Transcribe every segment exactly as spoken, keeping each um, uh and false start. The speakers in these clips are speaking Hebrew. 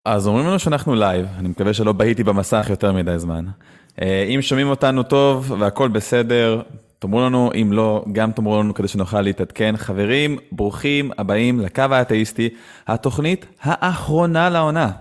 אז אומרים לנו שאנחנו לייב, אני מקווה שלא בהיתי במסך יותר מדי זמן. אם שומעים אותנו טוב והכל בסדר, תאמרו לנו, אם לא, גם תאמרו לנו כדי שנוכל להתעדכן. חברים, ברוכים הבאים לקו האתאיסטי, התוכנית האחרונה לעונה.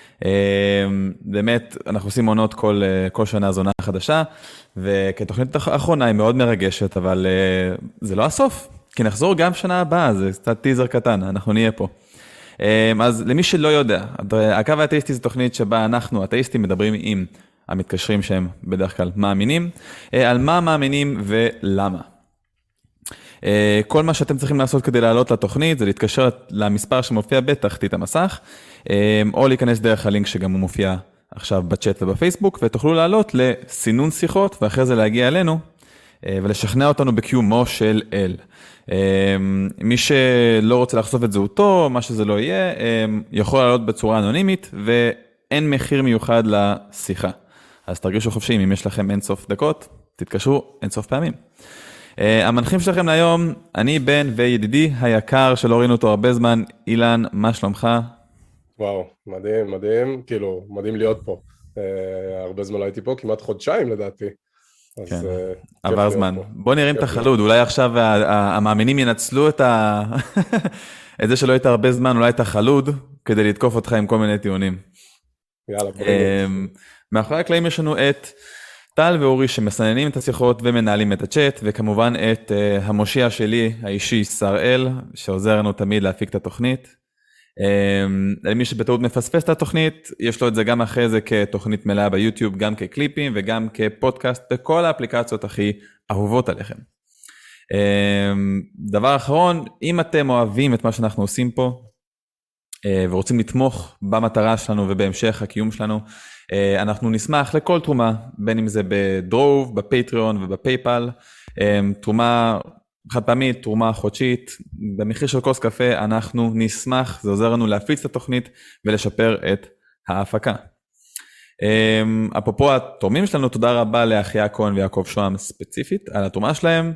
באמת, אנחנו עושים עונות כל, כל שנה זונה חדשה, וכתוכנית האחרונה היא מאוד מרגשת, אבל זה לא הסוף, כי נחזור גם שנה הבאה, זה קצת טיזר קטן, אנחנו נהיה פה. אז למי שלא יודע, הקו האתאיסטי זו תוכנית שבה אנחנו, אתאיסטים, מדברים עם המתקשרים שהם בדרך כלל מאמינים, על מה מאמינים ולמה. כל מה שאתם צריכים לעשות כדי לעלות לתוכנית, זה להתקשר למספר שמופיע בתחתית המסך, או להיכנס דרך הלינק שגם הוא מופיע עכשיו בצ'אט ובפייסבוק, ותוכלו לעלות לסינון שיחות, ואחרי זה להגיע אלינו, ולשכנע אותנו בקיומו של אל. מי שלא רוצה לחשוף את זהותו, מה שזה לא יהיה, יכול לעלות בצורה אנונימית, ואין מחיר מיוחד לשיחה. אז תרגישו חופשיים, אם יש לכם אינסוף דקות, תתקשרו אינסוף פעמים. המנחים שלכם להיום, אני בן וידידי היקר שלא ראינו אותו הרבה זמן, אילן, מה שלומך? וואו, מדהים, מדהים, כאילו, מדהים להיות פה. הרבה זמן לא הייתי פה, כמעט חודשיים לדעתי. כן, עבר זמן. בוא נראים את החלוד, אולי עכשיו המאמינים ינצלו את זה שלא היית הרבה זמן, אולי את החלוד, כדי לתקוף אותך עם כל מיני טיעונים. יאללה, מאחורי הקלעים יש לנו את טל ואורי שמסננים את השיחות ומנהלים את הצ'אט, וכמובן את המושיע שלי, האישי, שראל, שעוזר לנו תמיד להפיק את התוכנית. למי שבטעות מפספס את התוכנית, יש לו את זה גם אחרי זה כתוכנית מלאה ביוטיוב, גם כקליפים וגם כפודקאסט בכל האפליקציות הכי אהובות עליכם. דבר אחרון, אם אתם אוהבים את מה שאנחנו עושים פה, ורוצים לתמוך במטרה שלנו ובהמשך הקיום שלנו, אנחנו נשמח לכל תרומה, בין אם זה בדרוב, בפטריון ובפייפל, תרומה חד פעמית, תרומה חודשית, במחיר של כוס קפה אנחנו נשמח, זה עוזר לנו להפיץ את התוכנית ולשפר את ההפקה. אפרופו התורמים שלנו, תודה רבה לאחיה כהן ויעקב שוהם ספציפית על התרומה שלהם.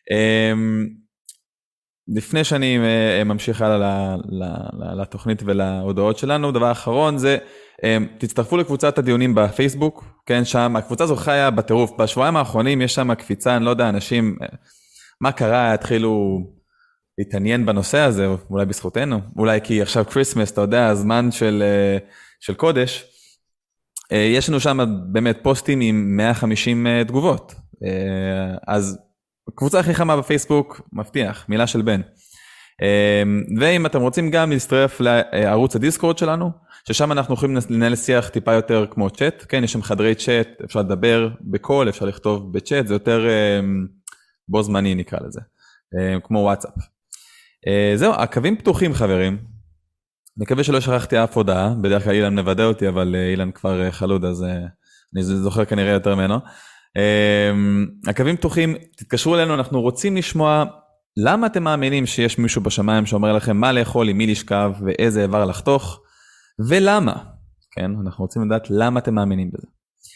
לפני שאני ממשיך הלאה לתוכנית ולהודעות שלנו, דבר אחרון זה, תצטרפו לקבוצת הדיונים בפייסבוק, כן, שם הקבוצה זו חיה בטירוף, בשבועיים האחרונים יש שם קפיצה, אני לא יודע, אנשים, מה קרה, התחילו להתעניין בנושא הזה, אולי בזכותנו, אולי כי עכשיו קריסמס, אתה יודע, הזמן של, של קודש, יש לנו שם באמת פוסטים עם מאה וחמישים תגובות, אז קבוצה הכי חמה בפייסבוק, מבטיח, מילה של בן. ואם אתם רוצים גם להצטרף לערוץ הדיסקורד שלנו, ששם אנחנו יכולים לנהל שיח טיפה יותר כמו צ'אט, כן, יש שם חדרי צ'אט, אפשר לדבר בקול, אפשר לכתוב בצ'אט, זה יותר בו זמני נקרא לזה, כמו וואטסאפ. זהו, הקווים פתוחים חברים, מקווה שלא שכחתי אף הודעה, בדרך כלל אילן מבדא אותי, אבל אילן כבר חלוד, אז אני זוכר כנראה יותר ממנו. הקווים פתוחים, תתקשרו אלינו, אנחנו רוצים לשמוע למה אתם מאמינים שיש מישהו בשמיים שאומר לכם מה לאכול, עם מי לשכב ואיזה איבר לחתוך, ולמה, כן, אנחנו רוצים לדעת למה אתם מאמינים בזה.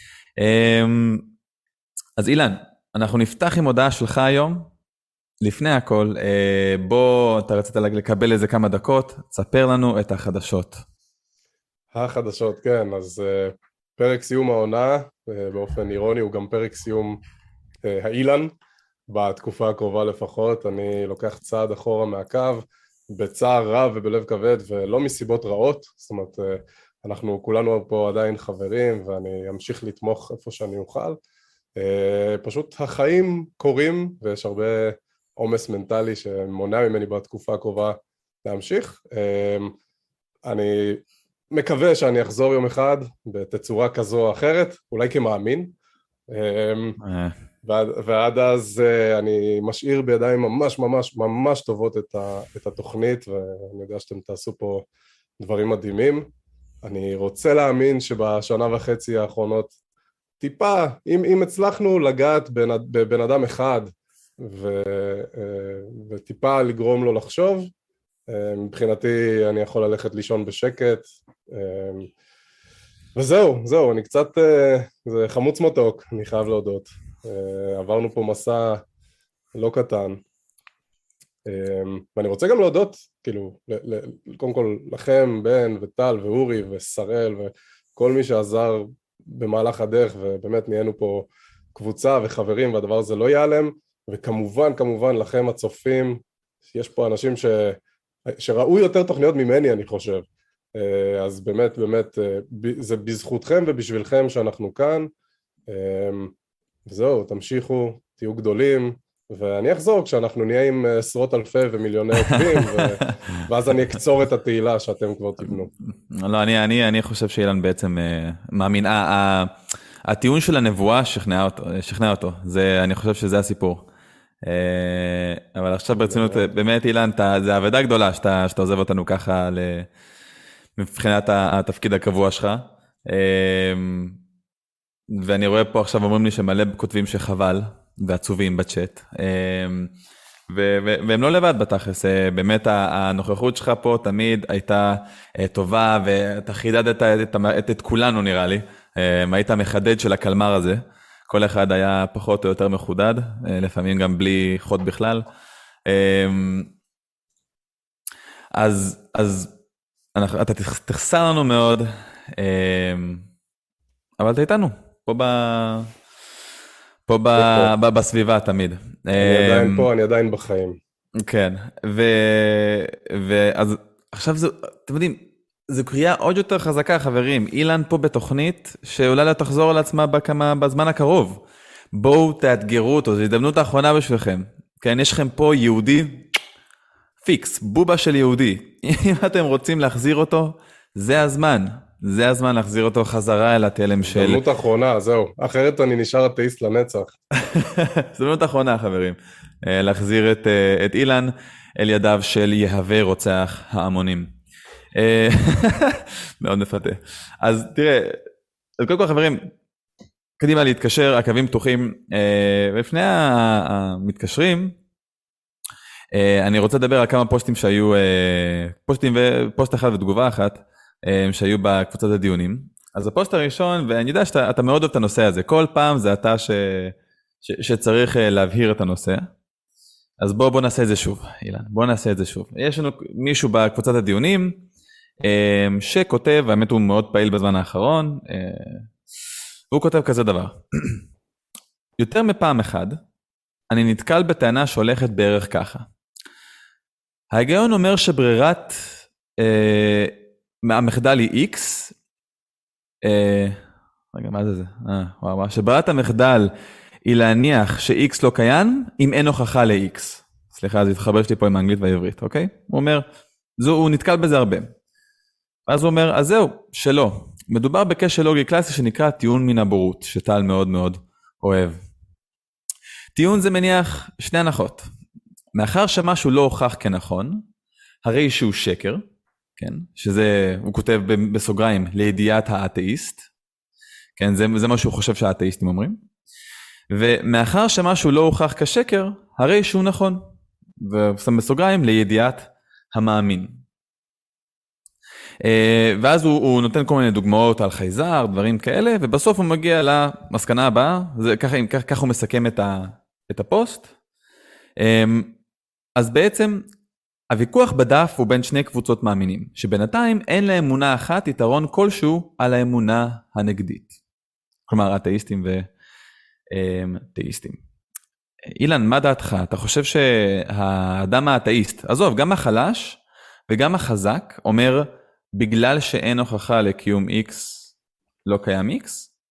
אז אילן, אנחנו נפתח עם הודעה שלך היום, לפני הכל, בוא, אתה רצית לקבל איזה כמה דקות, תספר לנו את החדשות. החדשות, כן, אז פרק סיום העונה, באופן אירוני, הוא גם פרק סיום האילן, בתקופה הקרובה לפחות, אני לוקח צעד אחורה מהקו, בצער רב ובלב כבד, ולא מסיבות רעות, זאת אומרת, אנחנו כולנו פה עדיין חברים, ואני אמשיך לתמוך איפה שאני אוכל, פשוט החיים קורים, ויש הרבה עומס מנטלי שמונע ממני בתקופה הקרובה להמשיך, אני מקווה שאני אחזור יום אחד בתצורה כזו או אחרת, אולי כמאמין, ועד, ועד אז אני משאיר בידיים ממש ממש ממש טובות את, ה, את התוכנית, ואני יודע שאתם תעשו פה דברים מדהימים. אני רוצה להאמין שבשנה וחצי האחרונות, טיפה, אם, אם הצלחנו לגעת בן, בבן אדם אחד, ו, וטיפה לגרום לו לחשוב, מבחינתי אני יכול ללכת לישון בשקט, וזהו, זהו, אני קצת, זה חמוץ מתוק, אני חייב להודות. עברנו פה מסע לא קטן. ואני רוצה גם להודות, כאילו, קודם כל לכם, בן וטל ואורי ושראל וכל מי שעזר במהלך הדרך, ובאמת נהיינו פה קבוצה וחברים, והדבר הזה לא ייעלם, וכמובן, כמובן לכם הצופים, יש פה אנשים ש... שראו יותר תוכניות ממני, אני חושב. אז באמת, באמת, זה בזכותכם ובשבילכם שאנחנו כאן. וזהו, תמשיכו, תהיו גדולים, ואני אחזור כשאנחנו נהיה עם עשרות אלפי ומיליוני עוקבים, ואז אני אקצור את התהילה שאתם כבר תבנו. לא, אני, אני, אני חושב שאילן בעצם מאמין, הטיעון של הנבואה שכנע אותו, שכנע אותו. זה, אני חושב שזה הסיפור. אבל עכשיו ברצינות, באמת אילן, זה עבודה גדולה שאתה, שאתה עוזב אותנו ככה מבחינת התפקיד הקבוע שלך. ואני רואה פה עכשיו אומרים לי שמלא כותבים שחבל ועצובים בצ'אט. והם לא לבד בתכלס, באמת הנוכחות שלך פה תמיד הייתה טובה, ואתה חידדת את, את, את כולנו נראה לי, היית מחדד של הקלמר הזה, כל אחד היה פחות או יותר מחודד, לפעמים גם בלי חוד בכלל. אז, אז אתה תחסר לנו מאוד, אבל אתה איתנו, פה ב... פה ב... ב... בסביבה תמיד. אני עדיין פה, אני עדיין בחיים. כן, ו... ואז עכשיו זה, אתם יודעים, זו קריאה עוד יותר חזקה, חברים. אילן פה בתוכנית שאולי לא תחזור על עצמה בכמה, בזמן הקרוב. בואו תאתגרו אותו, זו הזדמנות האחרונה בשבילכם. כן, יש לכם פה יהודי, פיקס, בובה של יהודי. אם אתם רוצים להחזיר אותו, זה הזמן. זה הזמן להחזיר אותו חזרה אל התלם של... הזדמנות האחרונה, זהו. אחרת אני נשאר אתאיסט לנצח. הזדמנות האחרונה, חברים. להחזיר את, את אילן אל ידיו של יהווה רוצח ההמונים. מאוד מפתה. אז תראה, אז קודם כל חברים, קדימה להתקשר, הקווים פתוחים, ולפני המתקשרים, אני רוצה לדבר על כמה פוסטים שהיו, פוסטים ופוסט אחד ותגובה אחת, שהיו בקבוצת הדיונים. אז הפוסט הראשון, ואני יודע שאתה מאוד אוהב את הנושא הזה, כל פעם זה אתה ש, ש, שצריך להבהיר את הנושא. אז בוא, בוא נעשה את זה שוב, אילן, בוא נעשה את זה שוב. יש לנו מישהו בקבוצת הדיונים, שכותב, האמת הוא מאוד פעיל בזמן האחרון, והוא כותב כזה דבר. יותר מפעם אחד, אני נתקל בטענה שהולכת בערך ככה. ההיגיון אומר שברירת אה, המחדל היא X, אה, רגע, מה זה זה? אה, וואו, וואו, שברירת המחדל היא להניח ש-X לא קיים, אם אין הוכחה ל-X. סליחה, זה התחבר שלי פה עם האנגלית והעברית, אוקיי? הוא אומר, זו, הוא נתקל בזה הרבה. אז הוא אומר, אז זהו, שלא. מדובר בקשר לוגי קלאסי שנקרא טיעון מן הבורות, שטל מאוד מאוד אוהב. טיעון זה מניח שני הנחות. מאחר שמשהו לא הוכח כנכון, הרי שהוא שקר, כן? שזה, הוא כותב בסוגריים, לידיעת האתאיסט, כן? זה, זה מה שהוא חושב שהאתאיסטים אומרים. ומאחר שמשהו לא הוכח כשקר, הרי שהוא נכון. ושם בסוגריים, לידיעת המאמין. ואז הוא, הוא נותן כל מיני דוגמאות על חייזר, דברים כאלה, ובסוף הוא מגיע למסקנה הבאה, זה, ככה, ככה, ככה הוא מסכם את, ה, את הפוסט. אז בעצם, הוויכוח בדף הוא בין שני קבוצות מאמינים, שבינתיים אין לאמונה אחת יתרון כלשהו על האמונה הנגדית. כלומר, אתאיסטים ותאיסטים. אילן, מה דעתך? אתה חושב שהאדם האתאיסט, עזוב, גם החלש וגם החזק, אומר, בגלל שאין הוכחה לקיום X, לא קיים X?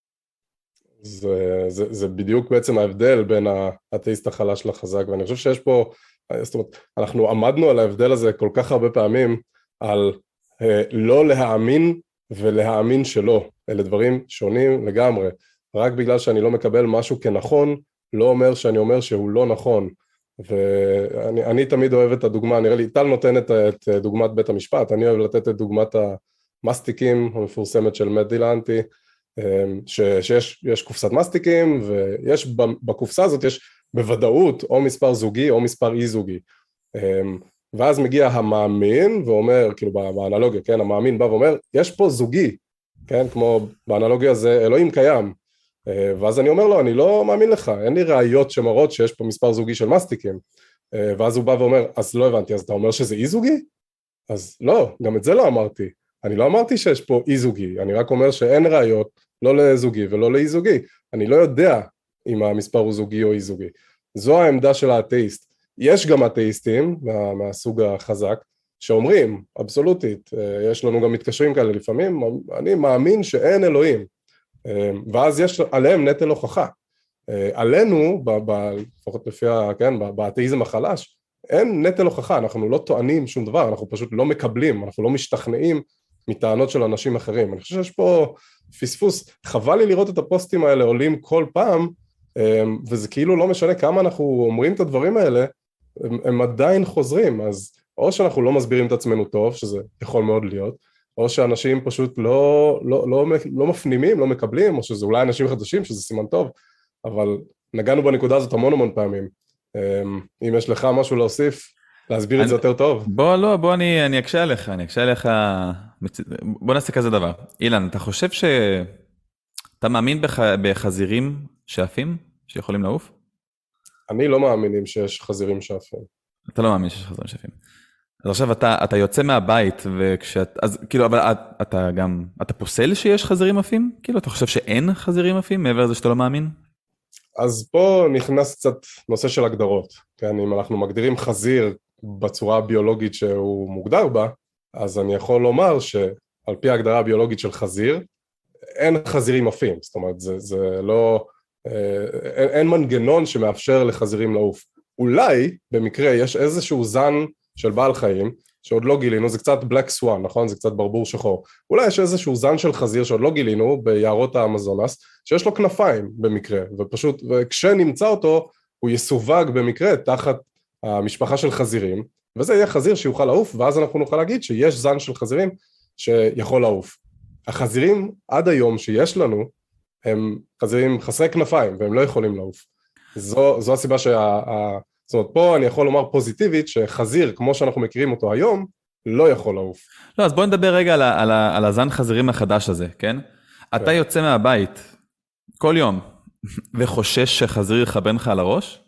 זה, זה, זה בדיוק בעצם ההבדל בין האתאיסט החלש לחזק, ואני חושב שיש פה, זאת אומרת, אנחנו עמדנו על ההבדל הזה כל כך הרבה פעמים, על אה, לא להאמין ולהאמין שלא, אלה דברים שונים לגמרי, רק בגלל שאני לא מקבל משהו כנכון, לא אומר שאני אומר שהוא לא נכון, ואני אני תמיד אוהב את הדוגמה, נראה לי, טל נותן את, את דוגמת בית המשפט, אני אוהב לתת את דוגמת המסטיקים המפורסמת של מאט דילנטי, ש, שיש יש קופסת מסטיקים, ויש בקופסה הזאת, יש בוודאות או מספר זוגי או מספר אי זוגי, ואז מגיע המאמין ואומר, כאילו באנלוגיה, כן, המאמין בא ואומר, יש פה זוגי, כן, כמו באנלוגיה זה אלוהים קיים, ואז אני אומר לו, אני לא מאמין לך, אין לי ראיות שמראות שיש פה מספר זוגי של מסטיקים, ואז הוא בא ואומר, אז לא הבנתי, אז אתה אומר שזה אי-זוגי? אז לא, גם את זה לא אמרתי. אני לא אמרתי שיש פה אי-זוגי, אני רק אומר שאין ראיות, לא לזוגי ולא לאי-זוגי. אני לא יודע אם המספר הוא זוגי או אי-זוגי. זו העמדה של האתאיסט. יש גם אתאיסטים מה, מהסוג החזק, שאומרים, אבסולוטית, יש לנו גם מתקשרים כאלה לפעמים, אני מאמין שאין אלוהים, ואז יש עליהם נטל הוכחה. עלינו, לפחות לפי, כן, באתאיזם החלש, אין נטל הוכחה, אנחנו לא טוענים שום דבר, אנחנו פשוט לא מקבלים, אנחנו לא משתכנעים מטענות של אנשים אחרים. אני חושב שיש פה פספוס, חבל לי לראות את הפוסטים האלה עולים כל פעם, וזה כאילו לא משנה כמה אנחנו אומרים את הדברים האלה, הם, הם עדיין חוזרים, אז או שאנחנו לא מסבירים את עצמנו טוב, שזה יכול מאוד להיות, או שאנשים פשוט לא, לא, לא, לא מפנימים, לא מקבלים, או שזה אולי אנשים חדשים, שזה סימן טוב, אבל נגענו בנקודה הזאת המון המון פעמים. אם יש לך משהו להוסיף, להסביר אני, את זה יותר טוב. בוא, לא, בוא אני, אני אקשה עליך, אני אקשה עליך, בוא נעשה כזה דבר. אילן, אתה חושב שאתה מאמין בח, בחזירים שאפים, שיכולים לעוף? אני לא מאמינים שיש חזירים שאפים. אתה לא מאמין שיש חזירים שאפים. אז עכשיו אתה, אתה יוצא מהבית, וכשאת, אז כאילו, אבל אתה, אתה גם, אתה פוסל שיש חזירים אפים? כאילו, אתה חושב שאין חזירים אפים, מעבר לזה שאתה לא מאמין? אז פה נכנס קצת נושא של הגדרות, כן? אם אנחנו מגדירים חזיר בצורה הביולוגית שהוא מוגדר בה, אז אני יכול לומר שעל פי ההגדרה הביולוגית של חזיר, אין חזירים אפים, זאת אומרת, זה, זה לא, אין, אין מנגנון שמאפשר לחזירים לעוף. אולי, במקרה, יש איזשהו זן של בעל חיים, שעוד לא גילינו, זה קצת בלק סואן, נכון? זה קצת ברבור שחור. אולי יש איזשהו זן של חזיר שעוד לא גילינו ביערות האמזונס, שיש לו כנפיים במקרה, ופשוט, וכשנמצא אותו, הוא יסווג במקרה תחת המשפחה של חזירים, וזה יהיה חזיר שיוכל לעוף, ואז אנחנו נוכל להגיד שיש זן של חזירים שיכול לעוף. החזירים עד היום שיש לנו, הם חזירים חסרי כנפיים, והם לא יכולים לעוף. זו, זו הסיבה שה... זאת אומרת, פה אני יכול לומר פוזיטיבית שחזיר, כמו שאנחנו מכירים אותו היום, לא יכול לעוף. לא, אז בוא נדבר רגע על, על, על הזן חזירים החדש הזה, כן? אתה יוצא מהבית כל יום, וחושש שחזיר יחבן לך על הראש?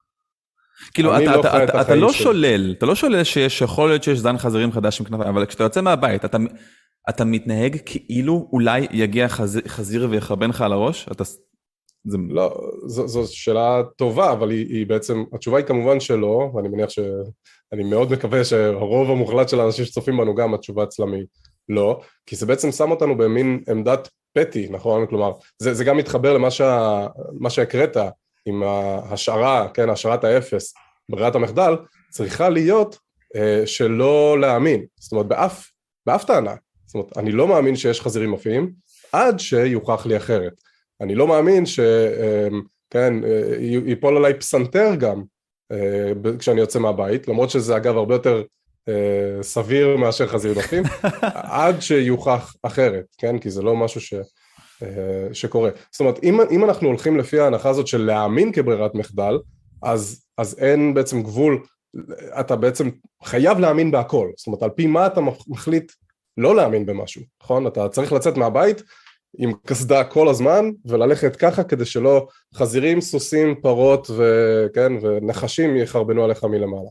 כאילו, אתה, לא אתה, אתה, אתה לא שולל, אתה לא שולל שיש, יכול להיות שיש זן חזירים חדש עם כנפיים, אבל כשאתה יוצא מהבית, אתה, אתה מתנהג כאילו אולי יגיע חזיר, חזיר ויחבן לך על הראש? אתה... זה... לא, זו, זו שאלה טובה, אבל היא, היא בעצם, התשובה היא כמובן שלא, ואני מניח ש... אני מאוד מקווה שהרוב המוחלט של האנשים שצופים בנו גם התשובה אצלם היא לא, כי זה בעצם שם אותנו במין עמדת פטי, נכון? כלומר, זה, זה גם מתחבר למה שה, מה שהקראת עם ההשערה, כן, השערת האפס, ברירת המחדל, צריכה להיות אה, שלא להאמין, זאת אומרת, באף, באף טענה, זאת אומרת, אני לא מאמין שיש חזירים אפיים, עד שיוכח לי אחרת. אני לא מאמין ש, אה, כן, אה, ייפול עליי פסנתר גם, כשאני יוצא מהבית, למרות שזה אגב הרבה יותר אה, סביר מאשר חזירים אפים, עד שיוכח אחרת, כן? כי זה לא משהו ש, אה, שקורה. זאת אומרת, אם, אם אנחנו הולכים לפי ההנחה הזאת של להאמין כברירת מחדל, אז, אז אין בעצם גבול, אתה בעצם חייב להאמין בהכל, זאת אומרת, על פי מה אתה מחליט לא להאמין במשהו, נכון? אתה צריך לצאת מהבית, עם קסדה כל הזמן, וללכת ככה כדי שלא חזירים, סוסים, פרות וכן, ונחשים יחרבנו עליך מלמעלה.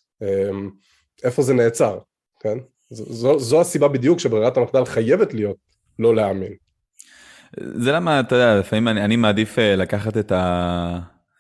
איפה זה נעצר, כן? זו, זו הסיבה בדיוק שברירת המחדל חייבת להיות לא להאמין. זה למה, אתה יודע, לפעמים אני, אני מעדיף לקחת את, ה,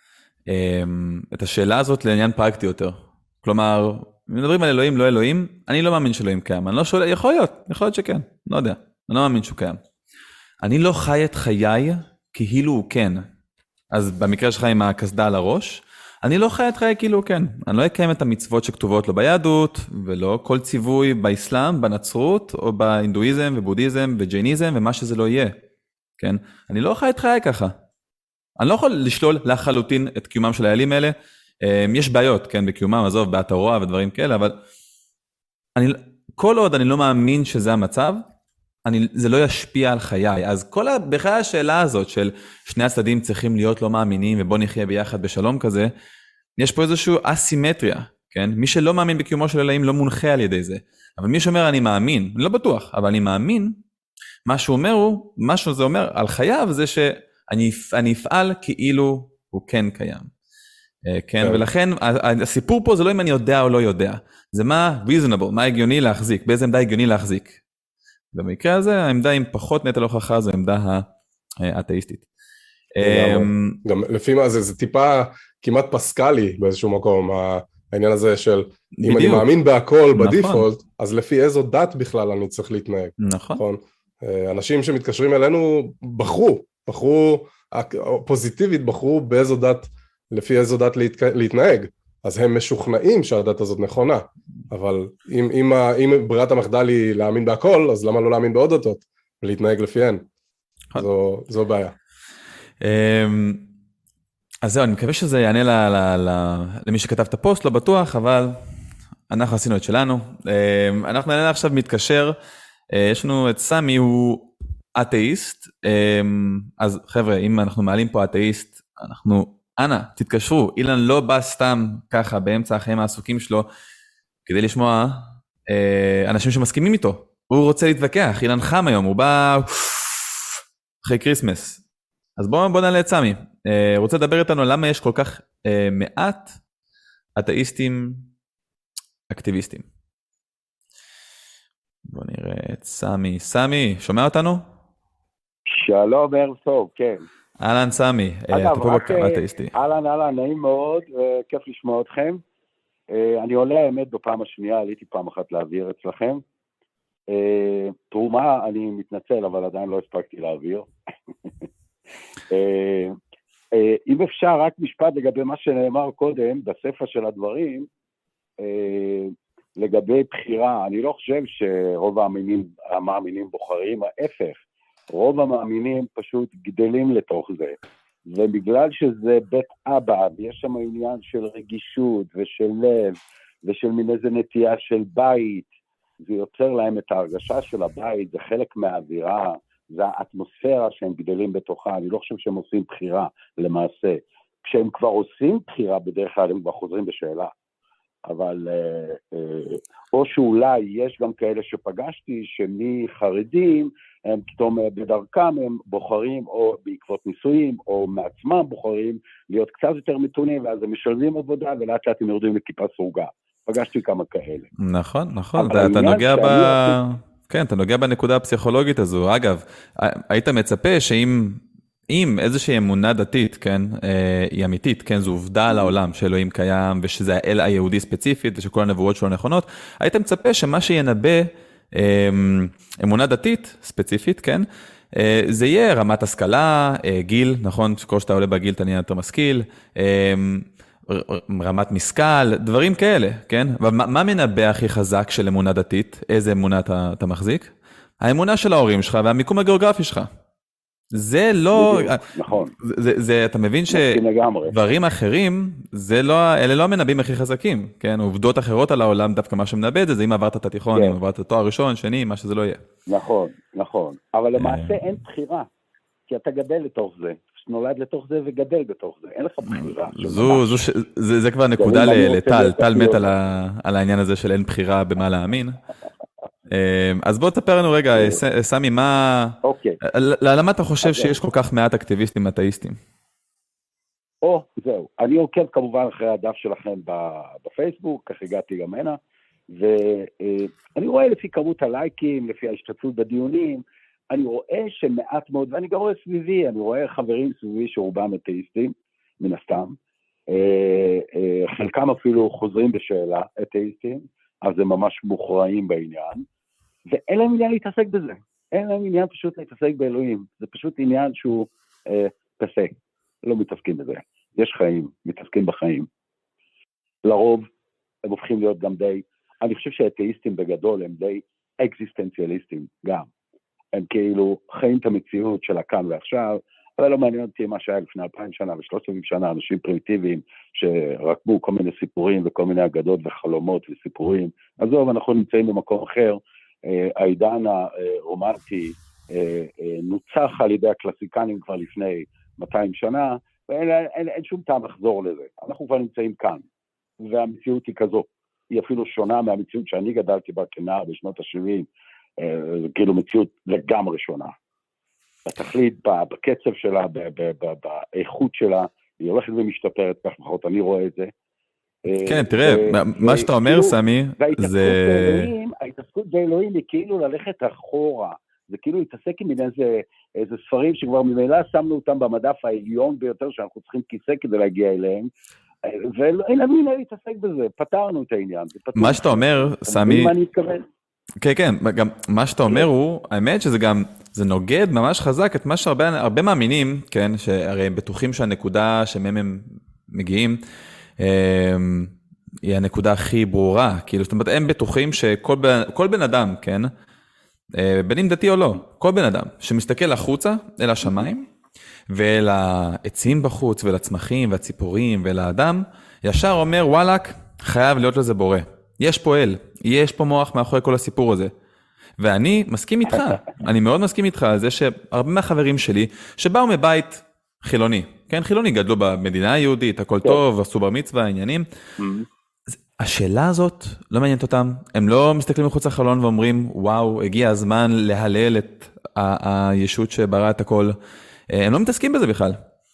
את השאלה הזאת לעניין פרקטי יותר. כלומר, אם מדברים על אלוהים, לא אלוהים, אני לא מאמין שאלוהים קיים. אני לא שואל, יכול להיות, יכול להיות שכן, לא יודע. אני לא מאמין שהוא קיים. אני לא חי את חיי כאילו הוא כן. אז במקרה שלך עם הקסדה על הראש, אני לא חי את חיי כאילו הוא כן. אני לא אקיים את המצוות שכתובות לו ביהדות, ולא כל ציווי באסלאם, בנצרות, או בהינדואיזם ובודהיזם וג'ייניזם, ומה שזה לא יהיה. כן? אני לא חי את חיי ככה. אני לא יכול לשלול לחלוטין את קיומם של האלים האלה. יש בעיות, כן, בקיומם, עזוב, בהתרוע ודברים כאלה, אבל אני, כל עוד אני לא מאמין שזה המצב, אני, זה לא ישפיע על חיי. אז כל ה, בכלל השאלה הזאת של שני הצדדים צריכים להיות לא מאמינים ובוא נחיה ביחד בשלום כזה, יש פה איזושהי אסימטריה, כן? מי שלא מאמין בקיומו של אלוהים לא מונחה על ידי זה. אבל מי שאומר אני מאמין, אני לא בטוח, אבל אני מאמין, מה שהוא אומר הוא, מה שזה אומר על חייו זה שאני אני אפעל כאילו הוא כן קיים. כן, ולכן הסיפור פה זה לא אם אני יודע או לא יודע, זה מה reasonable, מה הגיוני להחזיק, באיזה עמדה הגיוני להחזיק. במקרה הזה, העמדה עם פחות נטל הוכחה, זו העמדה האתאיסטית. גם לפי מה זה, זה טיפה כמעט פסקלי באיזשהו מקום, העניין הזה של אם אני מאמין בהכל בדיפולט, אז לפי איזו דת בכלל אני צריך להתנהג. נכון. אנשים שמתקשרים אלינו בחרו, בחרו, פוזיטיבית בחרו באיזו דת, לפי איזו דת להתנהג, אז הם משוכנעים שהדת הזאת נכונה, אבל אם, אם, אם ברירת המחדל היא להאמין בהכל, אז למה לא להאמין בעוד דתות, ולהתנהג לפיהן? זו, זו בעיה. אז זהו, אני מקווה שזה יענה ל, ל, ל, למי שכתב את הפוסט, לא בטוח, אבל אנחנו עשינו את שלנו. אנחנו נענה עכשיו מתקשר, יש לנו את סמי, הוא אתאיסט, אז חבר'ה, אם אנחנו מעלים פה אתאיסט, אנחנו, אנא, תתקשרו, אילן לא בא סתם ככה באמצע החיים העסוקים שלו, כדי לשמוע אנשים שמסכימים איתו, הוא רוצה להתווכח, אילן חם היום, הוא בא אחרי קריסמס. אז בואו בוא נעלה את סמי, רוצה לדבר איתנו למה יש כל כך מעט אתאיסטים אקטיביסטים. בואו נראה את סמי. סמי, שומע אותנו? שלום, ערב טוב, כן. אהלן סמי, אתה פה בקו אתאיסטי. אהלן, אהלן, נעים מאוד, כיף לשמוע אתכם. אני עולה האמת בפעם השנייה, עליתי פעם אחת להעביר אצלכם. תרומה, אני מתנצל, אבל עדיין לא הספקתי להעביר. אם אפשר, רק משפט לגבי מה שנאמר קודם, בספר של הדברים, לגבי בחירה, אני לא חושב שרוב המאמינים, המאמינים בוחרים, ההפך, רוב המאמינים פשוט גדלים לתוך זה, ובגלל שזה בית אבא, ויש שם עניין של רגישות ושל לב, ושל מין איזה נטייה של בית, זה יוצר להם את ההרגשה של הבית, זה חלק מהאווירה, זה האטמוספירה שהם גדלים בתוכה, אני לא חושב שהם עושים בחירה למעשה, כשהם כבר עושים בחירה בדרך כלל הם כבר חוזרים בשאלה, אבל או שאולי יש גם כאלה שפגשתי שמחרדים הם פתאום בדרכם הם בוחרים או בעקבות ניסויים או מעצמם בוחרים להיות קצת יותר מתונים ואז הם משלבים עבודה ולאט לאט הם יורדים לכיפה סרוגה. פגשתי כמה כאלה. נכון, נכון, אתה נוגע ב... כן, אתה נוגע בנקודה הפסיכולוגית הזו. אגב, היית מצפה שאם אם איזושהי אמונה דתית, כן, היא אמיתית, כן, זו עובדה על העולם שאלוהים קיים ושזה האל היהודי ספציפית ושכל הנבואות שלו נכונות, היית מצפה שמה שינבא אמונה דתית ספציפית, כן, זה יהיה רמת השכלה, גיל, נכון, כל שאתה עולה בגיל אתה נהיה יותר משכיל, רמת משכל, דברים כאלה, כן? אבל מה מנבא הכי חזק של אמונה דתית? איזה אמונה אתה, אתה מחזיק? האמונה של ההורים שלך והמיקום הגיאוגרפי שלך. זה לא... נכון. זה, זה, אתה מבין שדברים אחרים, זה לא, אלה לא המנבאים הכי חזקים, כן? עובדות אחרות על העולם, דווקא מה שמנבא את זה, זה אם עברת את התיכון, אם עברת את התואר ראשון, שני, מה שזה לא יהיה. נכון, נכון. אבל למעשה אין בחירה, כי אתה גדל לתוך זה. נולד לתוך זה וגדל בתוך זה, אין לך בחירה. זו, זו, זה, זה כבר נקודה לטל, טל מת על, ה, על העניין הזה של אין בחירה במה להאמין. אז בוא תספר לנו רגע, סמי, מה, למה אתה חושב שיש כל כך מעט אקטיביסטים אתאיסטים? או, זהו, אני עוקב כמובן אחרי הדף שלכם בפייסבוק, כך הגעתי גם הנה, ואני רואה לפי כמות הלייקים, לפי ההשתתפות בדיונים, אני רואה שמעט מאוד, ואני גם רואה סביבי, אני רואה חברים סביבי שרובם אתאיסטים, מן הסתם, חלקם אפילו חוזרים בשאלה, אתאיסטים, אז הם ממש מוכרעים בעניין, ואין להם עניין להתעסק בזה, אין להם עניין פשוט להתעסק באלוהים, זה פשוט עניין שהוא פסק, לא מתעסקים בזה, יש חיים, מתעסקים בחיים, לרוב הם הופכים להיות גם די, אני חושב שהאתאיסטים בגדול הם די אקזיסטנציאליסטים גם, הם כאילו חיים את המציאות של הכאן ועכשיו, אבל לא מעניין אותי מה שהיה לפני אלפיים שנה ושלושת אלפים שנה, אנשים פרימיטיביים שרקבו כל מיני סיפורים וכל מיני אגדות וחלומות וסיפורים, עזוב, אנחנו נמצאים במקום אחר, העידן הרומנטי נוצח על ידי הקלאסיקנים כבר לפני מאתיים שנה, ואין אין, אין שום טעם לחזור לזה, אנחנו כבר נמצאים כאן, והמציאות היא כזו, היא אפילו שונה מהמציאות שאני גדלתי בה כנער בשנות ה-שבעים, זה כאילו מציאות לגמרי שונה. התכלית בקצב שלה, באיכות שלה, היא הולכת ומשתפרת, כך לפחות אני רואה את זה. כן, תראה, מה שאתה אומר, סמי, זה... ההתעסקות באלוהים היא כאילו ללכת אחורה, זה כאילו להתעסק עם איזה, איזה ספרים שכבר ממילא שמנו אותם במדף העליון ביותר, שאנחנו צריכים כיסא כדי להגיע אליהם, ואין לנו מי להתעסק בזה, פתרנו את העניין. מה שאתה אומר, סמי... כן, כן, גם מה שאתה אומר הוא, האמת שזה גם, זה נוגד ממש חזק את מה שהרבה הרבה מאמינים, כן, שהרי הם בטוחים שהנקודה שמהם הם מגיעים, היא הנקודה הכי ברורה, כאילו, זאת אומרת, הם בטוחים שכל בן, כל בן אדם, כן, בין אם דתי או לא, כל בן אדם שמסתכל החוצה אל השמיים, ואל העצים בחוץ, ואל הצמחים, והציפורים, ואל האדם, ישר אומר, וואלק, חייב להיות לזה בורא. יש פה אל, יש פה מוח מאחורי כל הסיפור הזה. ואני מסכים איתך, אני מאוד מסכים איתך על זה שהרבה מהחברים שלי, שבאו מבית חילוני, כן, חילוני גדלו במדינה היהודית, הכל טוב, עשו בר מצווה, עניינים. השאלה הזאת לא מעניינת אותם, הם לא מסתכלים מחוץ לחלון ואומרים, וואו, הגיע הזמן להלל את הישות שברא את הכל. הם לא מתעסקים בזה בכלל.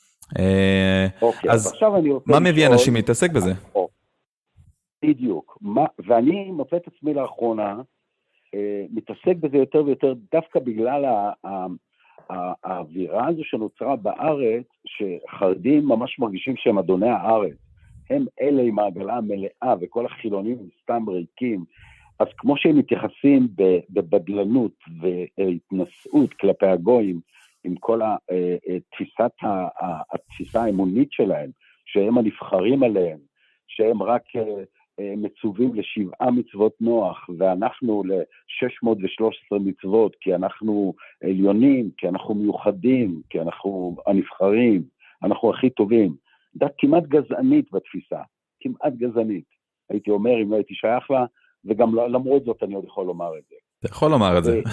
אז מה מביא אנשים להתעסק בזה? בדיוק, ואני מוצא את עצמי לאחרונה, מתעסק בזה יותר ויותר, דווקא בגלל האווירה הזו שנוצרה בארץ, שחרדים ממש מרגישים שהם אדוני הארץ, הם אלה עם העגלה המלאה, וכל החילונים הם סתם ריקים, אז כמו שהם מתייחסים בבדלנות והתנשאות כלפי הגויים, עם כל התפיסת, התפיסה האמונית שלהם, שהם הנבחרים עליהם, שהם רק מצווים לשבעה מצוות נוח, ואנחנו ל-שש מאות ושלוש עשרה מצוות, כי אנחנו עליונים, כי אנחנו מיוחדים, כי אנחנו הנבחרים, אנחנו הכי טובים. דת כמעט גזענית בתפיסה, כמעט גזענית. הייתי אומר, אם לא הייתי שייך לה, וגם למרות זאת אני עוד יכול לומר את זה. אתה יכול לומר את זה.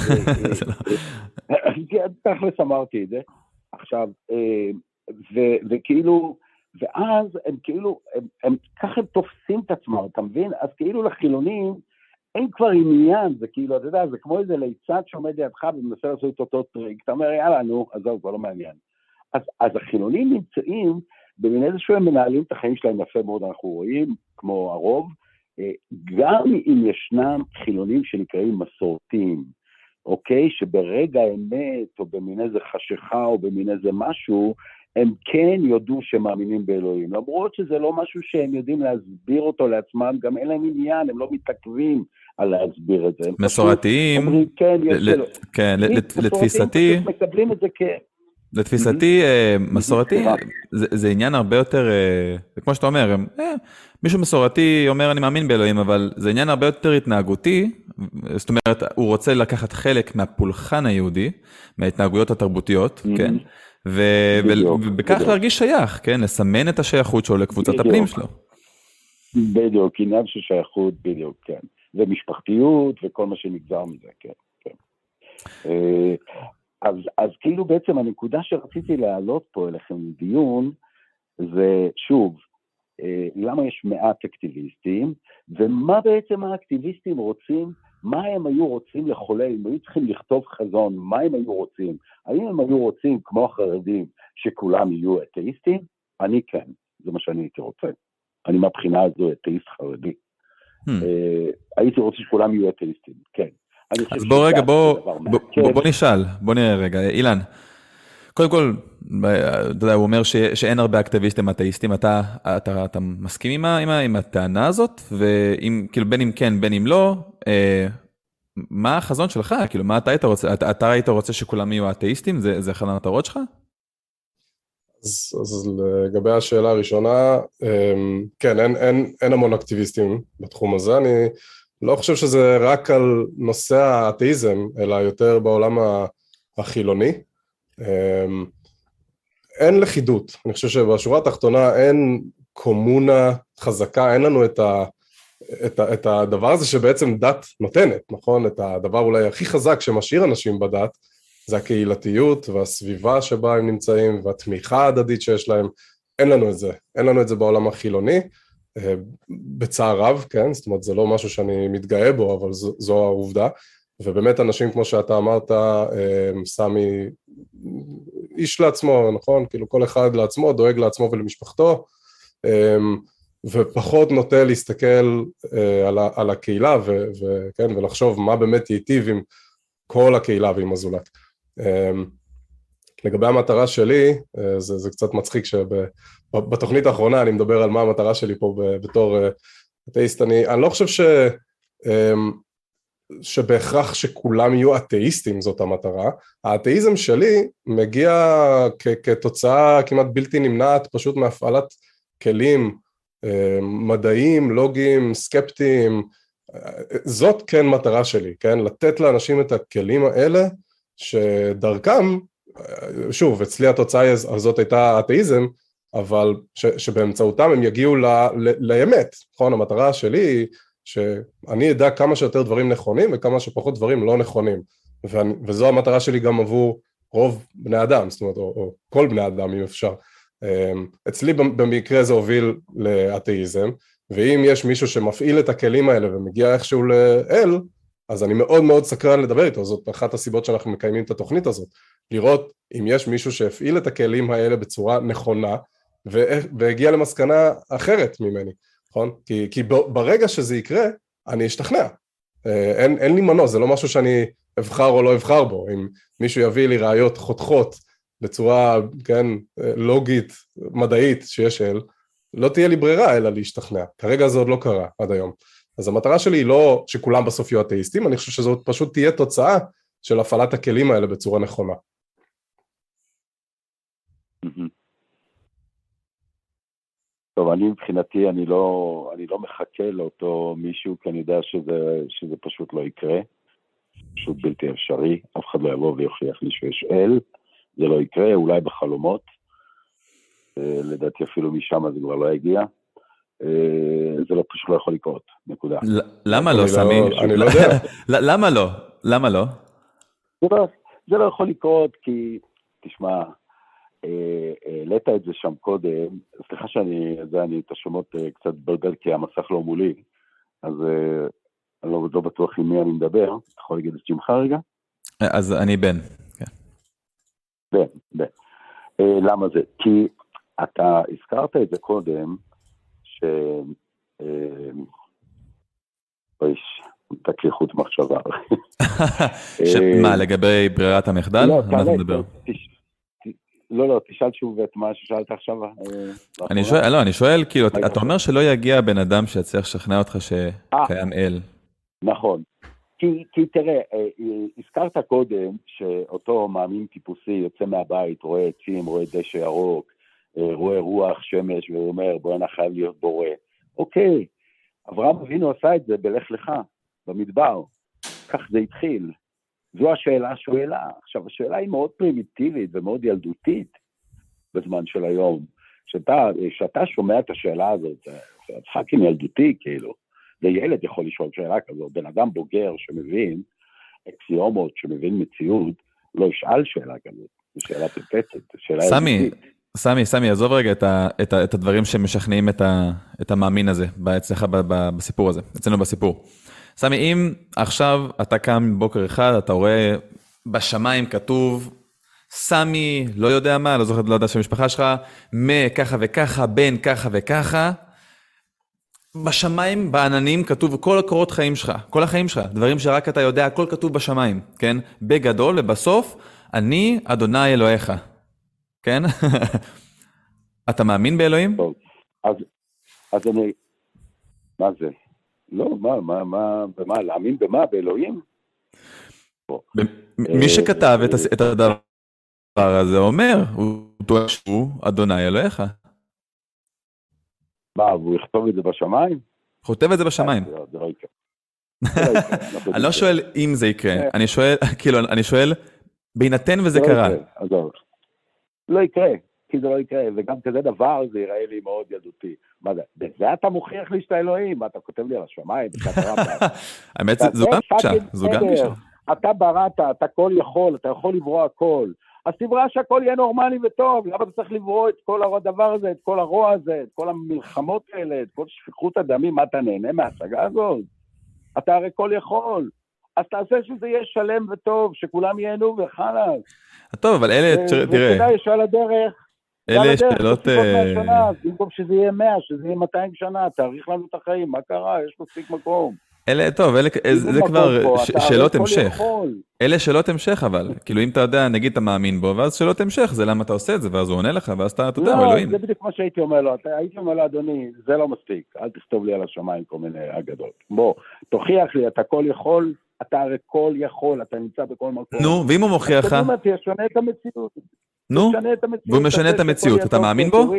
תכלס אמרתי את זה. עכשיו, וכאילו, ואז הם כאילו, הם ככה הם תופסים את עצמם, אתה מבין? אז כאילו לחילונים, אין כבר עניין, זה כאילו, אתה יודע, זה כמו איזה ליצד שעומד לידך ומנסה לעשות את אותו טריק, אתה אומר, יאללה, נו, אז זהו, כבר לא מעניין. אז, אז החילונים נמצאים, במין איזשהו הם מנהלים את החיים שלהם יפה מאוד, אנחנו רואים, כמו הרוב, גם אם ישנם חילונים שנקראים מסורתיים, אוקיי? שברגע האמת, או במין איזה חשיכה, או במין איזה משהו, הם כן יודעו שמאמינים באלוהים, למרות שזה לא משהו שהם יודעים להסביר אותו לעצמם, גם אין להם עניין, הם לא מתעכבים על להסביר את זה. מסורתיים, אומרים, כן, יש אלוהים. כן, לתפיסתי, מקבלים את זה כ... לתפיסתי, מסורתי, זה עניין הרבה יותר, כמו שאתה אומר, מישהו מסורתי אומר אני מאמין באלוהים, אבל זה עניין הרבה יותר התנהגותי, זאת אומרת, הוא רוצה לקחת חלק מהפולחן היהודי, מההתנהגויות התרבותיות, כן? ובכך להרגיש שייך, כן? לסמן את השייכות שלו לקבוצת הפנים שלו. בדיוק, עניין של שייכות, בדיוק, כן. ומשפחתיות וכל מה שנגזר מזה, כן, כן. אז, אז כאילו בעצם הנקודה שרציתי להעלות פה אליכם לדיון, זה שוב, למה יש מעט אקטיביסטים, ומה בעצם האקטיביסטים רוצים, מה הם היו רוצים לחולל, אם היו צריכים לכתוב חזון, מה הם היו רוצים, האם הם היו רוצים כמו החרדים שכולם יהיו אתאיסטים? אני כן, זה מה שאני הייתי רוצה, אני מהבחינה הזו אתאיסט חרדי, hmm. הייתי רוצה שכולם יהיו אתאיסטים, כן. אז בוא רגע, בוא, בוא, בוא, בוא נשאל, בוא נראה רגע, אילן, קודם כל, אתה יודע, הוא אומר ש, שאין הרבה אקטיביסטים אתאיסטים, אתה, אתה, אתה מסכים עם, עם, עם הטענה הזאת, ואם, כאילו, בין אם כן, בין אם לא, אה, מה החזון שלך? כאילו, מה אתה היית רוצה, אתה, אתה היית רוצה שכולם יהיו אתאיסטים? זה, זה אחד המטרות שלך? אז, אז לגבי השאלה הראשונה, כן, אין, אין, אין המון אקטיביסטים בתחום הזה, אני לא חושב שזה רק על נושא האתאיזם, אלא יותר בעולם החילוני. אין לכידות, אני חושב שבשורה התחתונה אין קומונה חזקה, אין לנו את, ה, את, ה, את הדבר הזה שבעצם דת נותנת, נכון? את הדבר אולי הכי חזק שמשאיר אנשים בדת, זה הקהילתיות והסביבה שבה הם נמצאים והתמיכה ההדדית שיש להם, אין לנו את זה, אין לנו את זה בעולם החילוני, בצער רב, כן? זאת אומרת, זה לא משהו שאני מתגאה בו, אבל זו, זו העובדה. ובאמת אנשים כמו שאתה אמרת, סמי, איש לעצמו, נכון? כאילו כל אחד לעצמו, דואג לעצמו ולמשפחתו, ופחות נוטה להסתכל על, על הקהילה, ו, וכן, ולחשוב מה באמת ייטיב עם כל הקהילה ועם הזולת. לגבי המטרה שלי, זה, זה קצת מצחיק שבתוכנית האחרונה אני מדבר על מה המטרה שלי פה בתור אתאיסט. אני, אני לא חושב ש, שבהכרח שכולם יהיו אתאיסטים זאת המטרה. האתאיזם שלי מגיע כ, כתוצאה כמעט בלתי נמנעת פשוט מהפעלת כלים מדעיים, לוגיים, סקפטיים. זאת כן מטרה שלי, כן? לתת לאנשים את הכלים האלה שדרכם, שוב, אצלי התוצאה הזאת הייתה אתאיזם, אבל ש, שבאמצעותם הם יגיעו ל, ל, לאמת, נכון? המטרה שלי היא שאני אדע כמה שיותר דברים נכונים וכמה שפחות דברים לא נכונים, ואני, וזו המטרה שלי גם עבור רוב בני אדם, זאת אומרת, או, או כל בני אדם אם אפשר. אצלי במקרה זה הוביל לאתאיזם, ואם יש מישהו שמפעיל את הכלים האלה ומגיע איכשהו לאל, אז אני מאוד מאוד סקרן לדבר איתו. זאת אחת הסיבות שאנחנו מקיימים את התוכנית הזאת, לראות אם יש מישהו שהפעיל את הכלים האלה בצורה נכונה, והגיע למסקנה אחרת ממני, נכון? כי, כי ברגע שזה יקרה, אני אשתכנע. אין, אין לי מנוע, זה לא משהו שאני אבחר או לא אבחר בו. אם מישהו יביא לי ראיות חותכות בצורה, כן, לוגית, מדעית שיש אל, לא תהיה לי ברירה אלא להשתכנע. כרגע זה עוד לא קרה עד היום. אז המטרה שלי היא לא שכולם בסוף יהיו אתאיסטים, אני חושב שזאת פשוט תהיה תוצאה של הפעלת הכלים האלה בצורה נכונה. טוב, אני מבחינתי, אני לא, אני לא מחכה לאותו מישהו, כי אני יודע שזה, שזה פשוט לא יקרה, פשוט בלתי אפשרי, אף אחד לא יבוא ויוכיח לי שיש אל, זה לא יקרה, אולי בחלומות, לדעתי אפילו משם זה כבר לא יגיע, זה לא פשוט לא יכול לקרות, נקודה. למה לא, סמי? אני לא יודע. למה לא? למה לא? זה לא יכול לקרות, כי, תשמע, העלית את זה שם קודם, סליחה שאני, זה אני את השמות קצת בלבל, כי המסך לא מולי, אז אני לא, לא בטוח עם מי אני מדבר, אתה יכול להגיד את שמך רגע? אז אני בן, כן. בן, בן. למה זה? כי אתה הזכרת את זה קודם, ש... אויש, תקלי חוט מחשבה. מה, לגבי ברירת המחדל? לא, תעלה, לא, לא, תשאל שוב את מה ששאלת עכשיו. אני שואל, לא, אני שואל, כאילו, אתה אומר שלא יגיע בן אדם שיצליח לשכנע אותך שקיים אל. נכון. כי, כי תראה, הזכרת קודם שאותו מאמין טיפוסי יוצא מהבית, רואה עצים, רואה דשא ירוק, רואה רוח, שמש, והוא אומר, בוא אני חייב להיות בורא. אוקיי, אברהם אבינו עשה את זה בלך לך, במדבר. כך זה התחיל. זו השאלה השואלה. עכשיו, השאלה היא מאוד פרימיטיבית ומאוד ילדותית בזמן של היום. שאתה, שאתה שומע את השאלה הזאת, זה פאקינג ילדותי, כאילו. וילד יכול לשאול שאלה כזו, בן אדם בוגר שמבין אקסיומות, שמבין מציאות, לא ישאל שאלה כזאת. זו שאלה פטפטת, שאלה ילדותית. סמי, סמי, עזוב רגע את, ה, את, ה, את הדברים שמשכנעים את, ה, את המאמין הזה, אצלך בסיפור הזה, אצלנו בסיפור. סמי, אם עכשיו אתה קם בוקר אחד, אתה רואה בשמיים כתוב, סמי, לא יודע מה, לא זוכר, לא יודע שהמשפחה שלך, מככה וככה, בין ככה וככה, בשמיים, בעננים, כתוב כל הקורות חיים שלך, כל החיים שלך, דברים שרק אתה יודע, הכל כתוב בשמיים, כן? בגדול, ובסוף, אני אדוני אלוהיך. כן? אתה מאמין באלוהים? טוב, אז, אז אני, מה זה? לא, מה, מה, מה, במה, להאמין במה? באלוהים? מי שכתב את הדבר הזה אומר, הוא אדוני אלוהיך. מה, הוא יכתוב את זה בשמיים? כותב את זה בשמיים. זה לא יקרה. אני לא שואל אם זה יקרה, אני שואל, כאילו, אני שואל, בהינתן וזה קרה. לא יקרה, כי זה לא יקרה, וגם כזה דבר זה יראה לי מאוד ילדותי. מה זה? בזה אתה מוכיח לי שאתה אלוהים, אתה כותב לי על השמיים, האמת, זו גם פשע, זו גם פשע. אתה בראת, אתה כל יכול, אתה יכול לברוא הכל. אז תברא שהכל יהיה נורמלי וטוב, למה אתה צריך לברוא את כל הדבר הזה, את כל הרוע הזה, את כל המלחמות האלה, את כל שפיכות הדמים, מה אתה נהנה מההשגה הזאת? אתה הרי כל יכול. אז תעשה שזה יהיה שלם וטוב, שכולם ייהנו וחלאס. טוב, אבל אלה, תראה. וכדאי שעל הדרך, אלה שאלות... במקום שזה יהיה מאה, שזה יהיה מאתיים שנה, תאריך לנו את החיים, מה קרה? יש מספיק מקום. אלה, טוב, אלה, זה כבר שאלות המשך. אלה שאלות המשך, אבל. כאילו, אם אתה יודע, נגיד אתה מאמין בו, ואז שאלות המשך, זה למה אתה עושה את זה, ואז הוא עונה לך, ואז אתה יודע, הוא אלוהים. זה בדיוק מה שהייתי אומר לו. הייתי אומר לו, אדוני, זה לא מספיק. אל תכתוב לי על השמיים כל מיני אגדות. בוא, תוכיח לי, אתה כל יכול, אתה הרי כל יכול, אתה נמצא בכל מקום. נו, ואם הוא מוכיח לך? תשנה את המציאות. נו, והוא משנה את המציאות, אתה מאמין בו?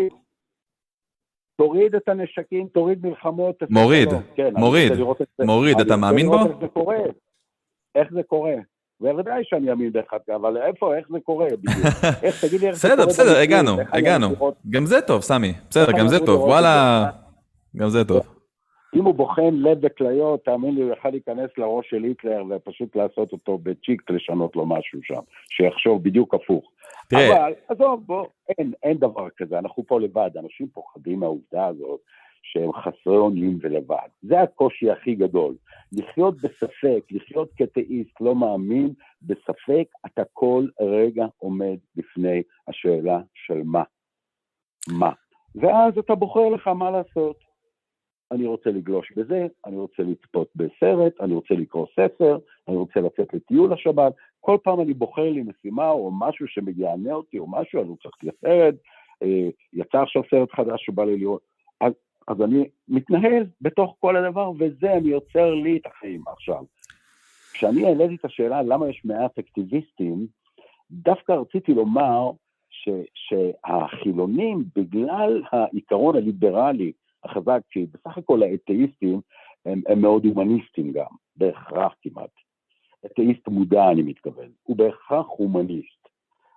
תוריד את הנשקים, תוריד מלחמות. מוריד, מוריד, מוריד, אתה מאמין בו? איך זה קורה? איך זה קורה? ובוודאי שאני אאמין דרך אגב, אבל איפה, איך זה קורה בדיוק? איך, תגיד לי איך זה קורה? בסדר, בסדר, הגענו, הגענו. גם זה טוב, סמי. בסדר, גם זה טוב, וואלה, גם זה טוב. אם הוא בוחן לב וכליות, תאמין לי, הוא יכול להיכנס לראש של היטלר, ופשוט לעשות אותו בצ'יק, לשנות לו משהו שם, שיחשוב בדיוק הפוך. אבל, עזוב, בוא, אין, אין דבר כזה, אנחנו פה לבד, אנשים פוחדים מהעובדה הזאת, שהם חסרי אונים ולבד. זה הקושי הכי גדול. לחיות בספק, לחיות כתאיסט, לא מאמין, בספק, אתה כל רגע עומד בפני השאלה של מה. מה. ואז אתה בוחר לך מה לעשות. אני רוצה לגלוש בזה, אני רוצה לצפות בסרט, אני רוצה לקרוא ספר, אני רוצה לצאת לטיול השבת, כל פעם אני בוחר לי משימה או משהו שמגענה אותי או משהו, אני צריך לסרט, יצא עכשיו סרט חדש שבא לי לראות, אז, אז אני מתנהל בתוך כל הדבר, וזה אני יוצר לי את החיים עכשיו. כשאני העליתי את השאלה למה יש מעט אקטיביסטים, דווקא רציתי לומר ש, שהחילונים, בגלל העיקרון הליברלי, החזק, כי בסך הכל האתאיסטים הם, הם מאוד הומניסטים גם, בהכרח כמעט. אתאיסט מודע אני מתכוון, הוא בהכרח הומניסט.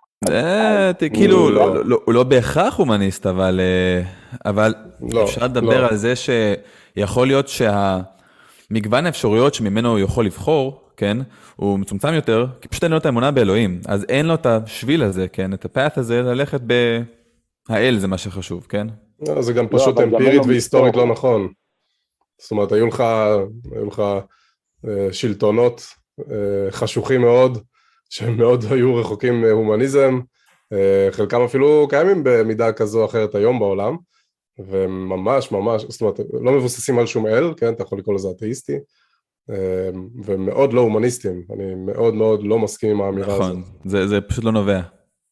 כאילו, הוא לא בהכרח הומניסט, אבל אפשר לדבר על זה שיכול להיות שהמגוון האפשרויות שממנו הוא יכול לבחור, כן, הוא מצומצם יותר, כי פשוט אין לו את האמונה באלוהים, אז אין לו את השביל הזה, כן, את הפאט הזה ללכת בהאל, זה מה שחשוב, כן? זה גם פשוט אמפירית והיסטורית לא נכון. זאת אומרת, היו לך, היו לך שלטונות חשוכים מאוד, שהם מאוד היו רחוקים מהומניזם, חלקם אפילו קיימים במידה כזו או אחרת היום בעולם, וממש ממש, זאת אומרת, לא מבוססים על שום אל, כן, אתה יכול לקרוא לזה אתאיסטי, ומאוד לא הומניסטים, אני מאוד מאוד לא מסכים עם האמירה הזאת. נכון, זה, זה פשוט לא נובע.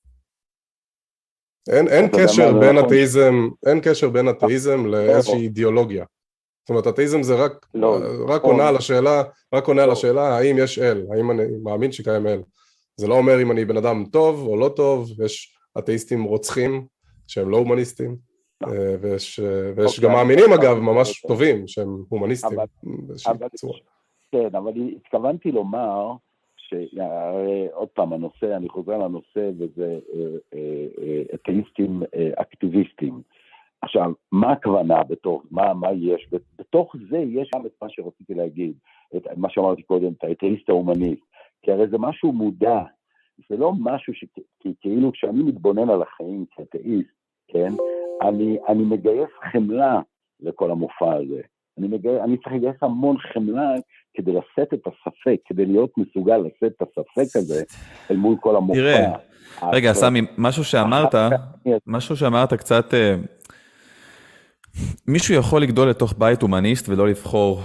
אין, אין קשר בין אתאיזם, אין קשר בין אתאיזם לאיזושהי אידיאולוגיה. זאת אומרת, אתאיזם זה רק, רק עונה על השאלה, רק עונה על השאלה, האם יש אל, האם אני מאמין שקיים אל. זה לא אומר אם אני בן אדם טוב או לא טוב, יש אתאיסטים רוצחים שהם לא הומניסטים, ויש, ויש גם מאמינים אגב ממש טובים שהם הומניסטים. כן, אבל התכוונתי לומר, שעוד פעם הנושא, אני חוזר לנושא, וזה אתאיסטים אקטיביסטים. עכשיו, מה הכוונה בתוך, מה, מה יש? בתוך זה יש גם את מה שרציתי להגיד, את מה שאמרתי קודם, את האתאיסט ההומניסט, כי הרי זה משהו מודע, זה לא משהו ש... כי כאילו כשאני מתבונן על החיים כאתאיסט, כן, אני, אני מגייס חמלה לכל המופע הזה. אני, מגייס, אני צריך לגייס המון חמלה כדי לשאת את הספק, כדי להיות מסוגל לשאת את הספק הזה אל מול כל המופע. תראה, רגע, סמי, משהו שאמרת, משהו שאמרת קצת, מישהו יכול לגדול לתוך בית הומניסט ולא לבחור,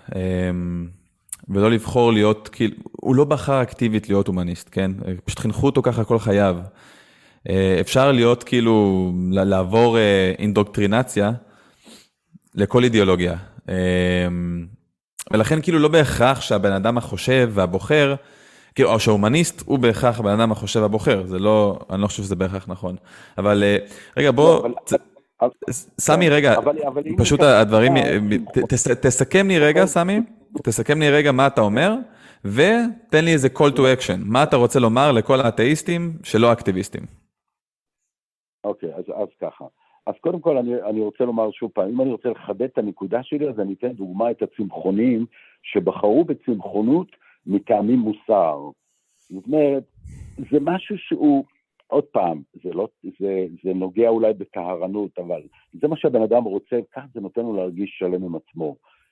ולא לבחור להיות, כאילו, הוא לא בחר אקטיבית להיות הומניסט, כן? פשוט חינכו אותו ככה כל חייו. אפשר להיות, כאילו, לעבור אינדוקטרינציה לכל אידיאולוגיה. ולכן כאילו לא בהכרח שהבן אדם החושב והבוחר, כאילו, או שההומניסט הוא בהכרח הבן אדם החושב והבוחר, זה לא, אני לא חושב שזה בהכרח נכון. אבל רגע, בוא, סמי, רגע, פשוט הדברים, תסכם לי רגע, סמי, תסכם לי רגע מה אתה אומר, ותן לי איזה call to action, מה אתה רוצה לומר לכל האתאיסטים שלא אקטיביסטים. אוקיי, אז, אז ככה. אז קודם כל אני, אני רוצה לומר שוב פעם, אם אני רוצה לחדד את הנקודה שלי, אז אני אתן דוגמה את הצמחונים שבחרו בצמחונות מטעמים מוסר. זאת אומרת, זה משהו שהוא, עוד פעם, זה, לא, זה, זה נוגע אולי בטהרנות, אבל זה מה שהבן אדם רוצה, כך זה נותן לו להרגיש שלם עם עצמו.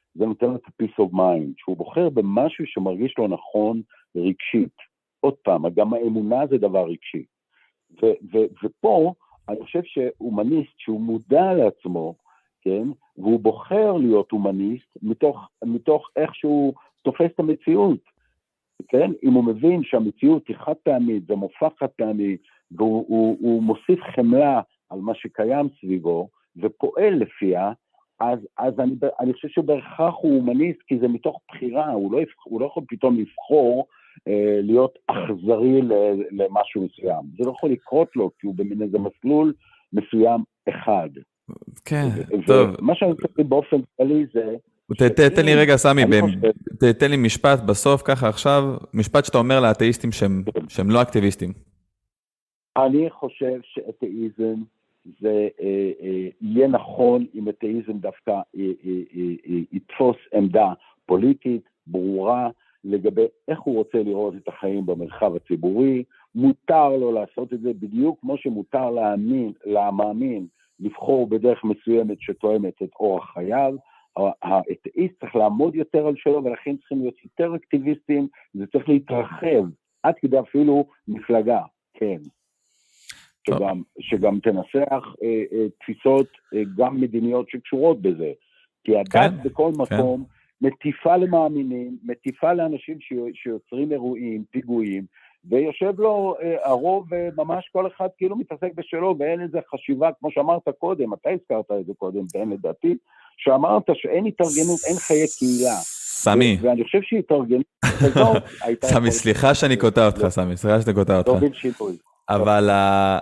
זה נותן לו את ה-peace of mind, שהוא בוחר במשהו שמרגיש לו נכון רגשית. עוד פעם, גם האמונה זה דבר רגשי. ו- ו- ופה אני חושב שאומניסט שהוא מודע לעצמו, כן, והוא בוחר להיות אומניסט מתוך, מתוך איך שהוא תופס את המציאות, כן, אם הוא מבין שהמציאות היא חד פעמית, זה מופע חד פעמי, והוא הוא, הוא מוסיף חמלה על מה שקיים סביבו, ופועל לפיה, אז, אז אני, אני חושב שבהכרח הוא אומניסט, כי זה מתוך בחירה, הוא לא, הוא לא יכול פתאום לבחור אה, להיות אכזרי למשהו מסוים. זה לא יכול לקרות לו, כי הוא במין איזה מסלול מסוים אחד. כן, טוב. ומה שאני חושב באופן כללי זה... תן לי רגע, סמי, תן לי משפט בסוף, ככה עכשיו, משפט שאתה אומר לאתאיסטים שהם לא אקטיביסטים. אני חושב שאתאיזם זה יהיה נכון אם אתאיזם דווקא יתפוס עמדה פוליטית, ברורה, לגבי איך הוא רוצה לראות את החיים במרחב הציבורי. מותר לו לעשות את זה בדיוק כמו שמותר להאמין, להאמין, לבחור בדרך מסוימת שתואמת את אורח חייו. האתאיסט צריך לעמוד יותר על שלו, ולכן צריכים להיות יותר אקטיביסטים, זה צריך להתרחב, עד כדי אפילו מפלגה, כן. שגם, שגם תנסח אה, אה, תפיסות אה, גם מדיניות שקשורות בזה. כי הדת כן, בכל מקום כן. מטיפה למאמינים, מטיפה לאנשים שיוצרים אירועים, פיגועים, ויושב לו אה, הרוב אה, ממש כל אחד כאילו מתעסק בשלו, ואין איזה חשיבה, כמו שאמרת קודם, אתה הזכרת את זה קודם, ואין לדעתי, שאמרת שאין התארגנות, אין חיי קהילה. סמי. ו- ואני חושב שהתארגנות כזאת הייתה... סמי, סליחה שאני קוטע אותך, סמי, סליחה שאני קוטע אותך. לא בין שינוי. אבל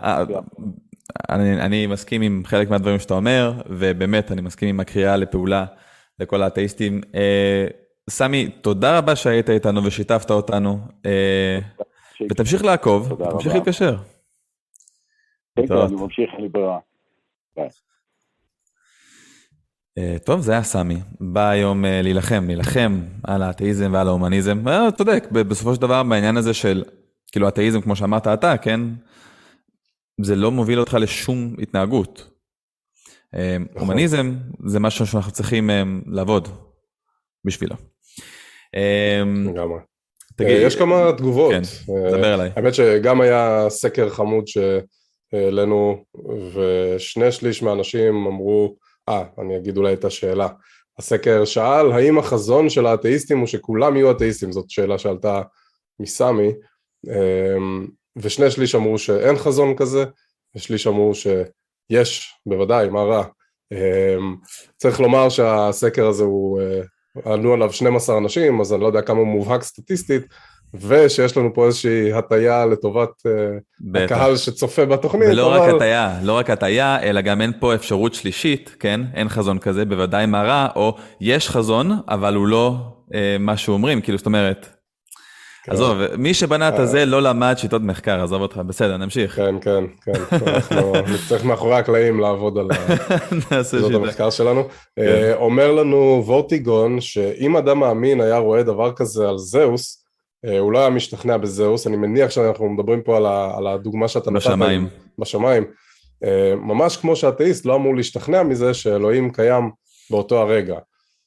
אני, אני מסכים עם חלק מהדברים שאתה אומר, ובאמת אני מסכים עם הקריאה לפעולה לכל האתאיסטים. סמי, תודה רבה שהיית איתנו ושיתפת אותנו, ותמשיך לעקוב, תמשיך להתקשר. אני ממשיך, אני ברירה. ביי. טוב, זה היה סמי. בא היום להילחם, להילחם על האתאיזם ועל ההומניזם. צודק, בסופו של דבר בעניין הזה של, כאילו, אתאיזם, כמו שאמרת אתה, כן? זה לא מוביל אותך לשום התנהגות. הומניזם זה משהו שאנחנו צריכים לעבוד בשבילו. לגמרי. יש כמה תגובות. כן, דבר אליי. האמת שגם היה סקר חמוד שהעלינו, ושני שליש מהאנשים אמרו, אה, אני אגיד אולי את השאלה. הסקר שאל, האם החזון של האתאיסטים הוא שכולם יהיו אתאיסטים? זאת שאלה שעלתה מסמי, ושני שליש אמרו שאין חזון כזה, ושליש אמרו שיש, בוודאי, מה רע. צריך לומר שהסקר הזה הוא, ענו עליו שנים עשר אנשים, אז אני לא יודע כמה הוא מובהק סטטיסטית, ושיש לנו פה איזושהי הטיה לטובת בטח. הקהל שצופה בתוכנית. ולא אבל... רק הטיה, לא רק הטיה, אלא גם אין פה אפשרות שלישית, כן? אין חזון כזה, בוודאי מה רע, או יש חזון, אבל הוא לא אה, מה שאומרים, כאילו זאת אומרת, כן. עזוב, מי שבנה את הזה לא למד שיטות מחקר, עזוב אותך, בסדר, נמשיך. כן, כן, כן, אנחנו נצטרך מאחורי הקלעים לעבוד על שיטות המחקר שלנו. כן. אומר לנו וורטיגון, שאם אדם מאמין היה רואה דבר כזה על זהוס, הוא לא היה משתכנע בזהוס, אני מניח שאנחנו מדברים פה על הדוגמה שאתה נתת בשמיים. בשמיים. ממש כמו שהאתאיסט לא אמור להשתכנע מזה שאלוהים קיים באותו הרגע.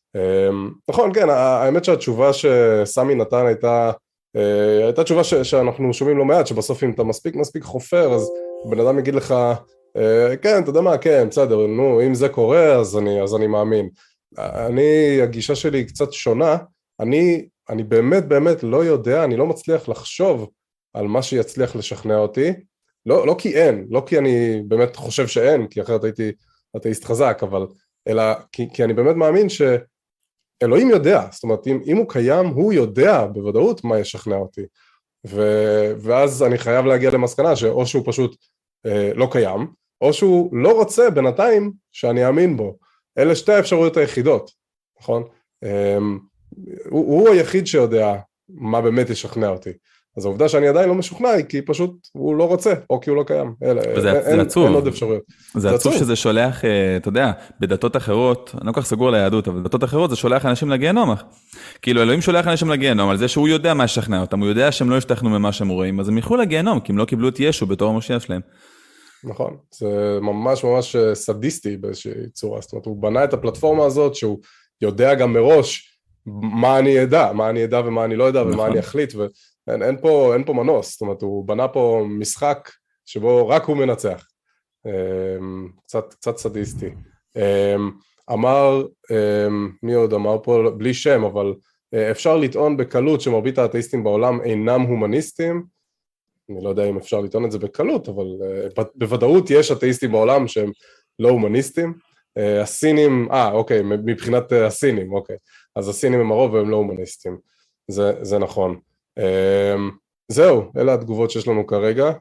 נכון, כן, האמת שהתשובה שסמי נתן הייתה, הייתה תשובה שאנחנו שומעים לא מעט, שבסוף אם אתה מספיק מספיק חופר, אז בן אדם יגיד לך, כן, אתה יודע מה, כן, בסדר, נו, אם זה קורה, אז אני, אז אני מאמין. אני, הגישה שלי היא קצת שונה, אני, אני באמת באמת לא יודע, אני לא מצליח לחשוב על מה שיצליח לשכנע אותי, לא, לא כי אין, לא כי אני באמת חושב שאין, כי אחרת הייתי אתאיסט חזק, אבל, אלא כי, כי אני באמת מאמין שאלוהים יודע, זאת אומרת, אם, אם הוא קיים, הוא יודע בוודאות מה ישכנע אותי, ו, ואז אני חייב להגיע למסקנה שאו שהוא פשוט אה, לא קיים, או שהוא לא רוצה בינתיים שאני אאמין בו. אלה שתי האפשרויות היחידות, נכון? אה, הוא, הוא היחיד שיודע מה באמת ישכנע אותי. אז העובדה שאני עדיין לא משוכנע היא כי פשוט הוא לא רוצה, או כי הוא לא קיים. וזה אין, עצוב. אין עוד אפשרויות. זה, זה עצוב שזה שולח, אתה יודע, בדתות אחרות, אני לא כך סגור ליהדות, אבל בדתות אחרות זה שולח אנשים לגיהנום. כאילו אלוהים שולח אנשים לגיהנום, על זה שהוא יודע מה ישכנע אותם, הוא יודע שהם לא ישתכנו ממה שהם רואים, אז הם ילכו לגיהנום, כי הם לא קיבלו את ישו בתור המושיע שלהם. נכון, זה ממש ממש סדיסטי באיזושהי צורה, זאת אומרת, הוא בנה את הפלטפורמה הזאת שהוא יודע גם מראש מה אני אדע, מה אני אדע ומה אני לא אדע, ומה אני אחליט, ואין אין פה, אין פה מנוס, זאת אומרת, הוא בנה פה משחק שבו רק הוא מנצח. קצת, קצת סדיסטי. אמר, מי עוד אמר פה, בלי שם, אבל אפשר לטעון בקלות שמרבית האתאיסטים בעולם אינם הומניסטים, אני לא יודע אם אפשר לטעון את זה בקלות, אבל בוודאות יש אתאיסטים בעולם שהם לא הומניסטים, הסינים, אה, אוקיי, מבחינת הסינים, אוקיי, אז הסינים הם הרוב והם לא הומניסטים, זה, זה נכון. זהו, אלה התגובות שיש לנו כרגע,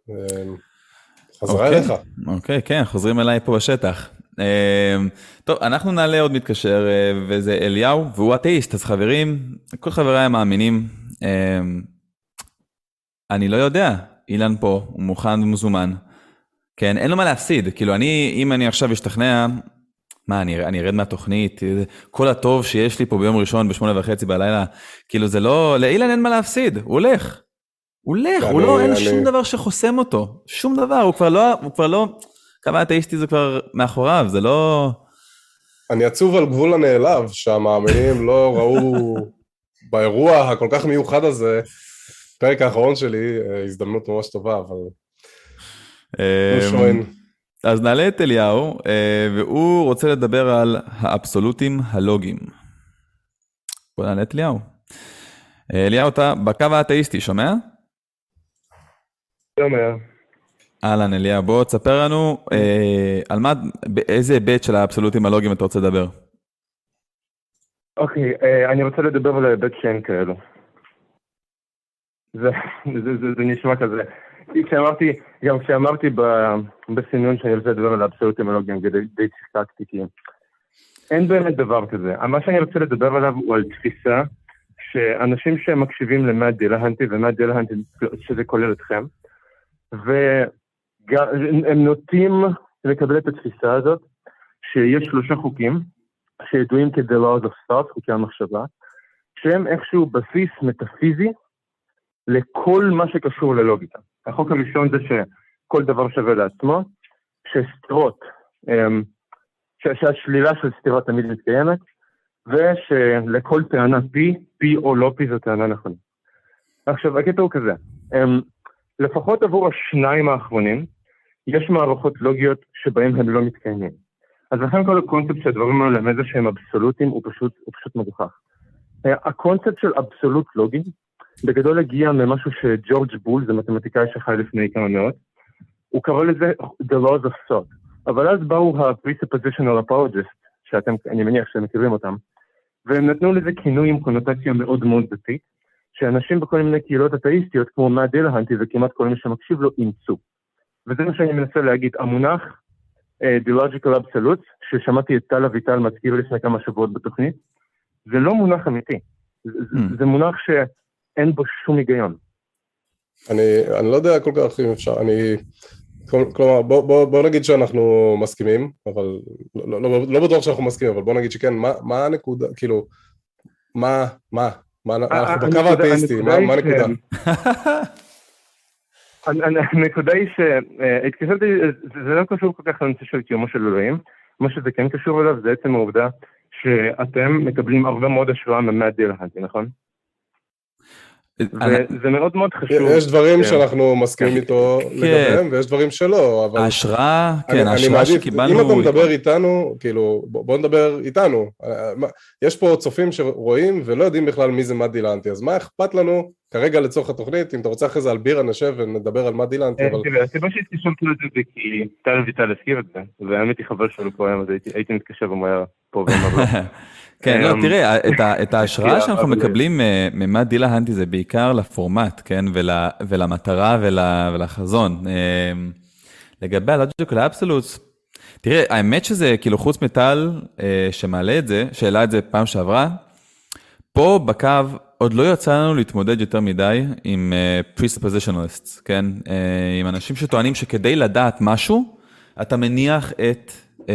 חזרה אליך. אוקיי, כן, חוזרים אליי פה בשטח. טוב, אנחנו נעלה עוד מתקשר, וזה אליהו, והוא אתאיסט, אז חברים, כל חבריי המאמינים, אני לא יודע, אילן פה, הוא מוכן ומזומן, כן, אין לו מה להפסיד, כאילו אני, אם אני עכשיו אשתכנע, מה, אני, אני ארד מהתוכנית, כל הטוב שיש לי פה ביום ראשון בשמונה וחצי בלילה, כאילו זה לא, לאילן אין מה להפסיד, הוא הולך, הוא הולך, הוא לא, אין שום דבר שחוסם אותו, שום דבר, הוא כבר לא, הוא כבר לא, כמה אתאיסטי זה כבר מאחוריו, זה לא... אני עצוב על גבול הנעלב, שהמאמינים לא ראו באירוע הכל כך מיוחד הזה, פרק האחרון שלי, הזדמנות ממש טובה, אבל... אז נעלה את אליהו, והוא רוצה לדבר על האבסולוטים הלוגיים. בוא נעלה את אליהו. אליהו, אתה בקו האתאיסטי, שומע? שומע. אהלן אליהו, בוא תספר לנו על מה, באיזה היבט של האבסולוטים הלוגיים אתה רוצה לדבר. אוקיי, אני רוצה לדבר על ההיבט שאין כאלו. זה, זה, זה, זה נשמע כזה. כשאמרתי, גם כשאמרתי בסינון שאני רוצה לדבר על האבסולוטים הלוגיים, די צחקתי, כי אין באמת דבר כזה. מה שאני רוצה לדבר עליו הוא על תפיסה, שאנשים שמקשיבים למאט דילהנטי, ומאט דילהנטי שזה כולל אתכם, והם נוטים לקבל את התפיסה הזאת, שיש שלושה חוקים, שידועים כ-The Laws of Thought, חוקי המחשבה, שהם איכשהו בסיס מטאפיזי, לכל מה שקשור ללוגיקה. החוק הראשון זה שכל דבר שווה לעצמו, שסתירות, שהשלילה של סתירות תמיד מתקיימת, ושלכל טענה פי, פי או לא פי זו טענה נכונה. עכשיו, הקטע הוא כזה, לפחות עבור השניים האחרונים, יש מערכות לוגיות שבהם הם לא מתקיימים. אז לכן כל הקונספט שהדברים האלה הם איזה שהם אבסולוטיים, הוא פשוט, הוא פשוט מגוחך. הקונספט של אבסולוט לוגי, בגדול הגיע ממשהו שג'ורג' בול, זה מתמטיקאי שחי לפני כמה מאות, הוא קרא לזה The Laws of Thought. אבל אז באו ה-presuppositional apologists, שאתם, אני מניח שהם מכירים אותם, והם נתנו לזה כינוי עם קונוטציה מאוד מאוד דתית, שאנשים בכל מיני קהילות אתאיסטיות, כמו מאט דילהנטי וכמעט כל מי שמקשיב לו, אימצו. וזה מה שאני מנסה להגיד, המונח uh, The Logical Absolutes, ששמעתי את טל אביטל מזכיר לפני כמה שבועות בתוכנית, זה לא מונח אמיתי. זה, mm. זה מונח שאין בו שום היגיון. אני, אני לא יודע כל כך אם אפשר, אני... כלומר, בוא, בוא, בוא נגיד שאנחנו מסכימים, אבל לא, לא, לא בטוח שאנחנו מסכימים, אבל בוא נגיד שכן, מה, מה הנקודה, כאילו, מה, מה, מה, אנחנו בקו האתאיסטי, מה, מה הנקודה? הנקודה היא שהתקשרתי, זה לא קשור כל כך לנושא של קיומו של אלוהים, מה שזה כן קשור אליו זה עצם העובדה שאתם מקבלים הרבה מאוד השראה ממאט דילהנטי, נכון? וזה מאוד מאוד חשוב. יש דברים שאנחנו מסכימים איתו לגביהם, ויש דברים שלא, אבל... ההשראה, כן, ההשראה שקיבלנו... אם אתה מדבר איתנו, כאילו, בוא נדבר איתנו. יש פה צופים שרואים ולא יודעים בכלל מי זה מאט דילהנטי, אז מה אכפת לנו כרגע לצורך התוכנית, אם אתה רוצה אחרי זה על בירה נשב ונדבר על מאט דילהנטי, אבל... תראה, הסיבה שהתקשרתי לזה זה כי טל ויטל הזכיר את זה, והאמת היא חבל שלו פה היום, אז הייתי מתקשר ומהר פה ואומר לו. כן, לא, תראה, את ההשראה שאנחנו מקבלים ממאט דילהנטי זה בעיקר לפורמט, כן, ולמטרה ולחזון. לגבי הלוג'יקל אבסולוטס, תראה, האמת שזה, כאילו, חוץ מטל שמעלה את זה, שאלה את זה פעם שעברה, פה בקו עוד לא יצא לנו להתמודד יותר מדי עם presuppositionalists, כן, עם אנשים שטוענים שכדי לדעת משהו, אתה מניח את...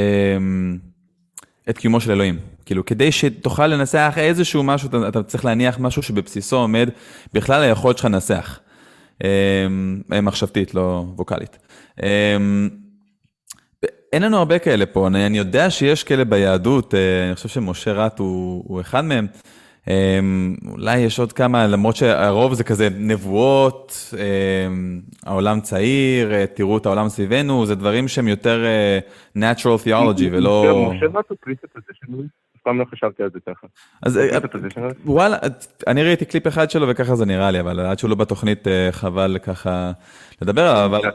את קיומו של אלוהים. כאילו, כדי שתוכל לנסח איזשהו משהו, אתה, אתה צריך להניח משהו שבבסיסו עומד בכלל היכולת שלך לנסח. מחשבתית, לא ווקלית. אין לנו הרבה כאלה פה, אני, אני יודע שיש כאלה ביהדות, אני חושב שמשה רט הוא, הוא אחד מהם, אולי יש עוד כמה, למרות שהרוב זה כזה נבואות, העולם צעיר, תראו את העולם סביבנו, זה דברים שהם יותר natural theology ולא... משה רט הוא presuppositional, אף פעם לא חשבתי על זה ככה. אז וואלה, אני ראיתי קליפ אחד שלו וככה זה נראה לי, אבל עד שהוא לא בתוכנית חבל ככה לדבר עליו, אבל...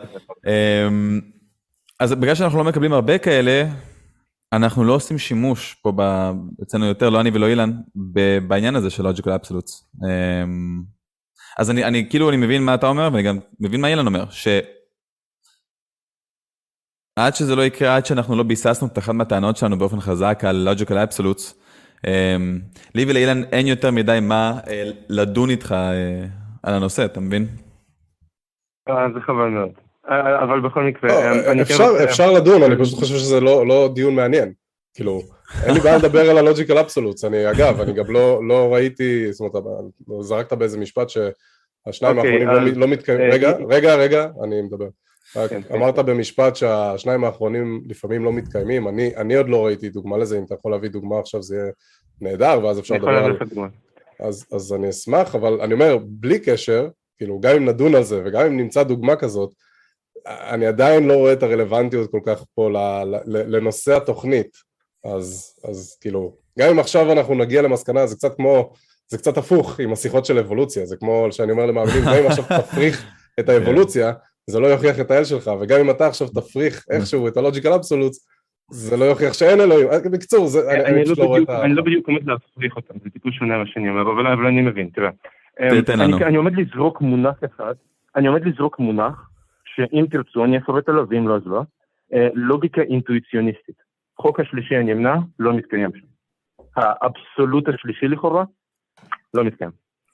אז בגלל שאנחנו לא מקבלים הרבה כאלה, אנחנו לא עושים שימוש פה אצלנו יותר, לא אני ולא אילן, בעניין הזה של logical absolutes. אז אני, אני כאילו, אני מבין מה אתה אומר, ואני גם מבין מה אילן אומר, שעד שזה לא יקרה, עד שאנחנו לא ביססנו את אחת מהטענות שלנו באופן חזק על logical absolutes, לי ולאילן אין יותר מדי מה לדון איתך על הנושא, אתה מבין? זה חבל מאוד. אבל בכל מקרה... אפשר לדון, אני פשוט חושב שזה לא דיון מעניין. כאילו, אין לי בעיה לדבר על הלוג'יקל אבסולוטס. אני, אגב, אני גם לא ראיתי, זאת אומרת, זרקת באיזה משפט שהשניים האחרונים לא מתקיימים. רגע, רגע, רגע, אני מדבר. אמרת במשפט שהשניים האחרונים לפעמים לא מתקיימים. אני עוד לא ראיתי דוגמה לזה, אם אתה יכול להביא דוגמה עכשיו זה יהיה נהדר, ואז אפשר לדבר על... אז אני אשמח, אבל אני אומר, בלי קשר, כאילו, גם אם נדון על זה, וגם אם נמצא דוגמה כזאת, אני עדיין לא רואה את הרלוונטיות כל כך פה לנושא התוכנית, אז, אז כאילו, גם אם עכשיו אנחנו נגיע למסקנה, זה קצת כמו, זה קצת הפוך עם השיחות של אבולוציה, זה כמו שאני אומר למאמינים, גם אם עכשיו תפריך את האבולוציה, זה לא יוכיח את האל שלך, וגם אם אתה עכשיו תפריך איכשהו את הלוג'יקל אבסולוטס, זה לא יוכיח שאין אלוהים, בקצור, אני פשוט לא רואה את ה... אני לא בדיוק עומד להפריך אותם, זה טיפול שונה מה שאני אומר, אבל אני מבין, תראה. אני עומד לזרוק מונח אחד, אני עומד לזרוק מונח, שאם תרצו, אני אפרט עליו, ואם לא אז לא, לוגיקה אינטואיציוניסטית. חוק השלישי הנמנע לא מתקיים שם. האבסולוט השלישי לכאורה לא מתקיים.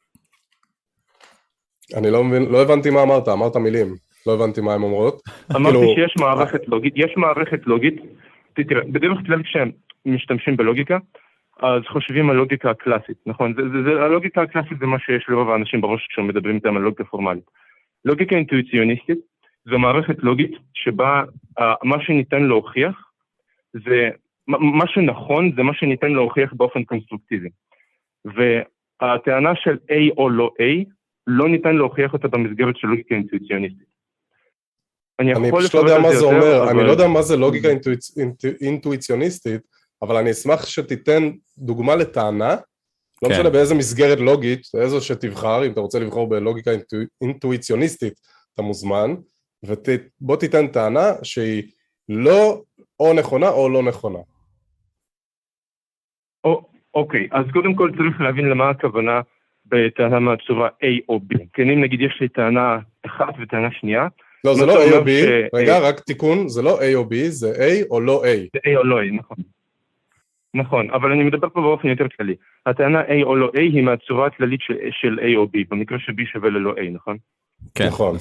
אני לא מבין, לא הבנתי מה אמרת, אמרת מילים, לא הבנתי מה הן אומרות. אמרתי שיש מערכת לוגית, יש מערכת לוגית, תראה, בדרך כלל כשהם משתמשים בלוגיקה, אז חושבים על לוגיקה הקלאסית, נכון? זה, זה, זה, הלוגיקה הקלאסית זה מה שיש לרוב האנשים בראש כשהם מדברים איתם על לוגיקה פורמלית. לוגיקה אינטואיציוניסטית זו מערכת לוגית שבה uh, מה שניתן להוכיח, זה, מה שנכון זה מה שניתן להוכיח באופן קונסטרוקטיבי. והטענה של A או לא A, לא ניתן להוכיח אותה במסגרת של לוגיקה אינטואיציוניסטית. אני, אני פשוט לא יודע מה זה אומר, אבל... אני לא יודע מה זה לוגיקה אינטואיצ... אינטואיציוניסטית, אבל אני אשמח שתיתן דוגמה לטענה, לא כן. משנה באיזה מסגרת לוגית, איזו שתבחר, אם אתה רוצה לבחור בלוגיקה אינטו... אינטואיציוניסטית, אתה מוזמן, ובוא תיתן טענה שהיא לא או נכונה או לא נכונה. או, אוקיי, אז קודם כל צריך להבין למה הכוונה בטענה מהצורה A או B. כן, אם נגיד יש לי טענה אחת וטענה שנייה, לא, זה לא A או B, רגע, רק תיקון, זה לא A או B, זה A או לא A. זה A או לא A, נכון. נכון, אבל אני מדבר פה באופן יותר כללי. הטענה A או לא A היא מהצורה הכללית של A או B, במקרה ש-B שווה ללא A, נכון? כן, נכון.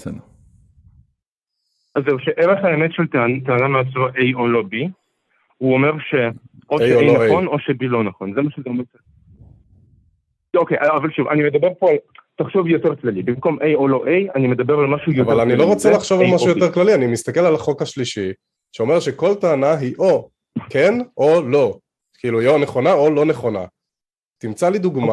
אז זהו, שערך האמת של טענה מהצורה A או לא B, הוא אומר שאו ש-A נכון או ש-B לא נכון, זה מה שזה אומר. אוקיי, אבל שוב, אני מדבר פה על... תחשוב יותר כללי, במקום A או לא A, אני מדבר על משהו יותר כללי. אבל אני לא רוצה לחשוב על משהו יותר כללי, אני מסתכל על החוק השלישי, שאומר שכל טענה היא או כן או לא, כאילו היא או נכונה או לא נכונה. תמצא לי דוגמה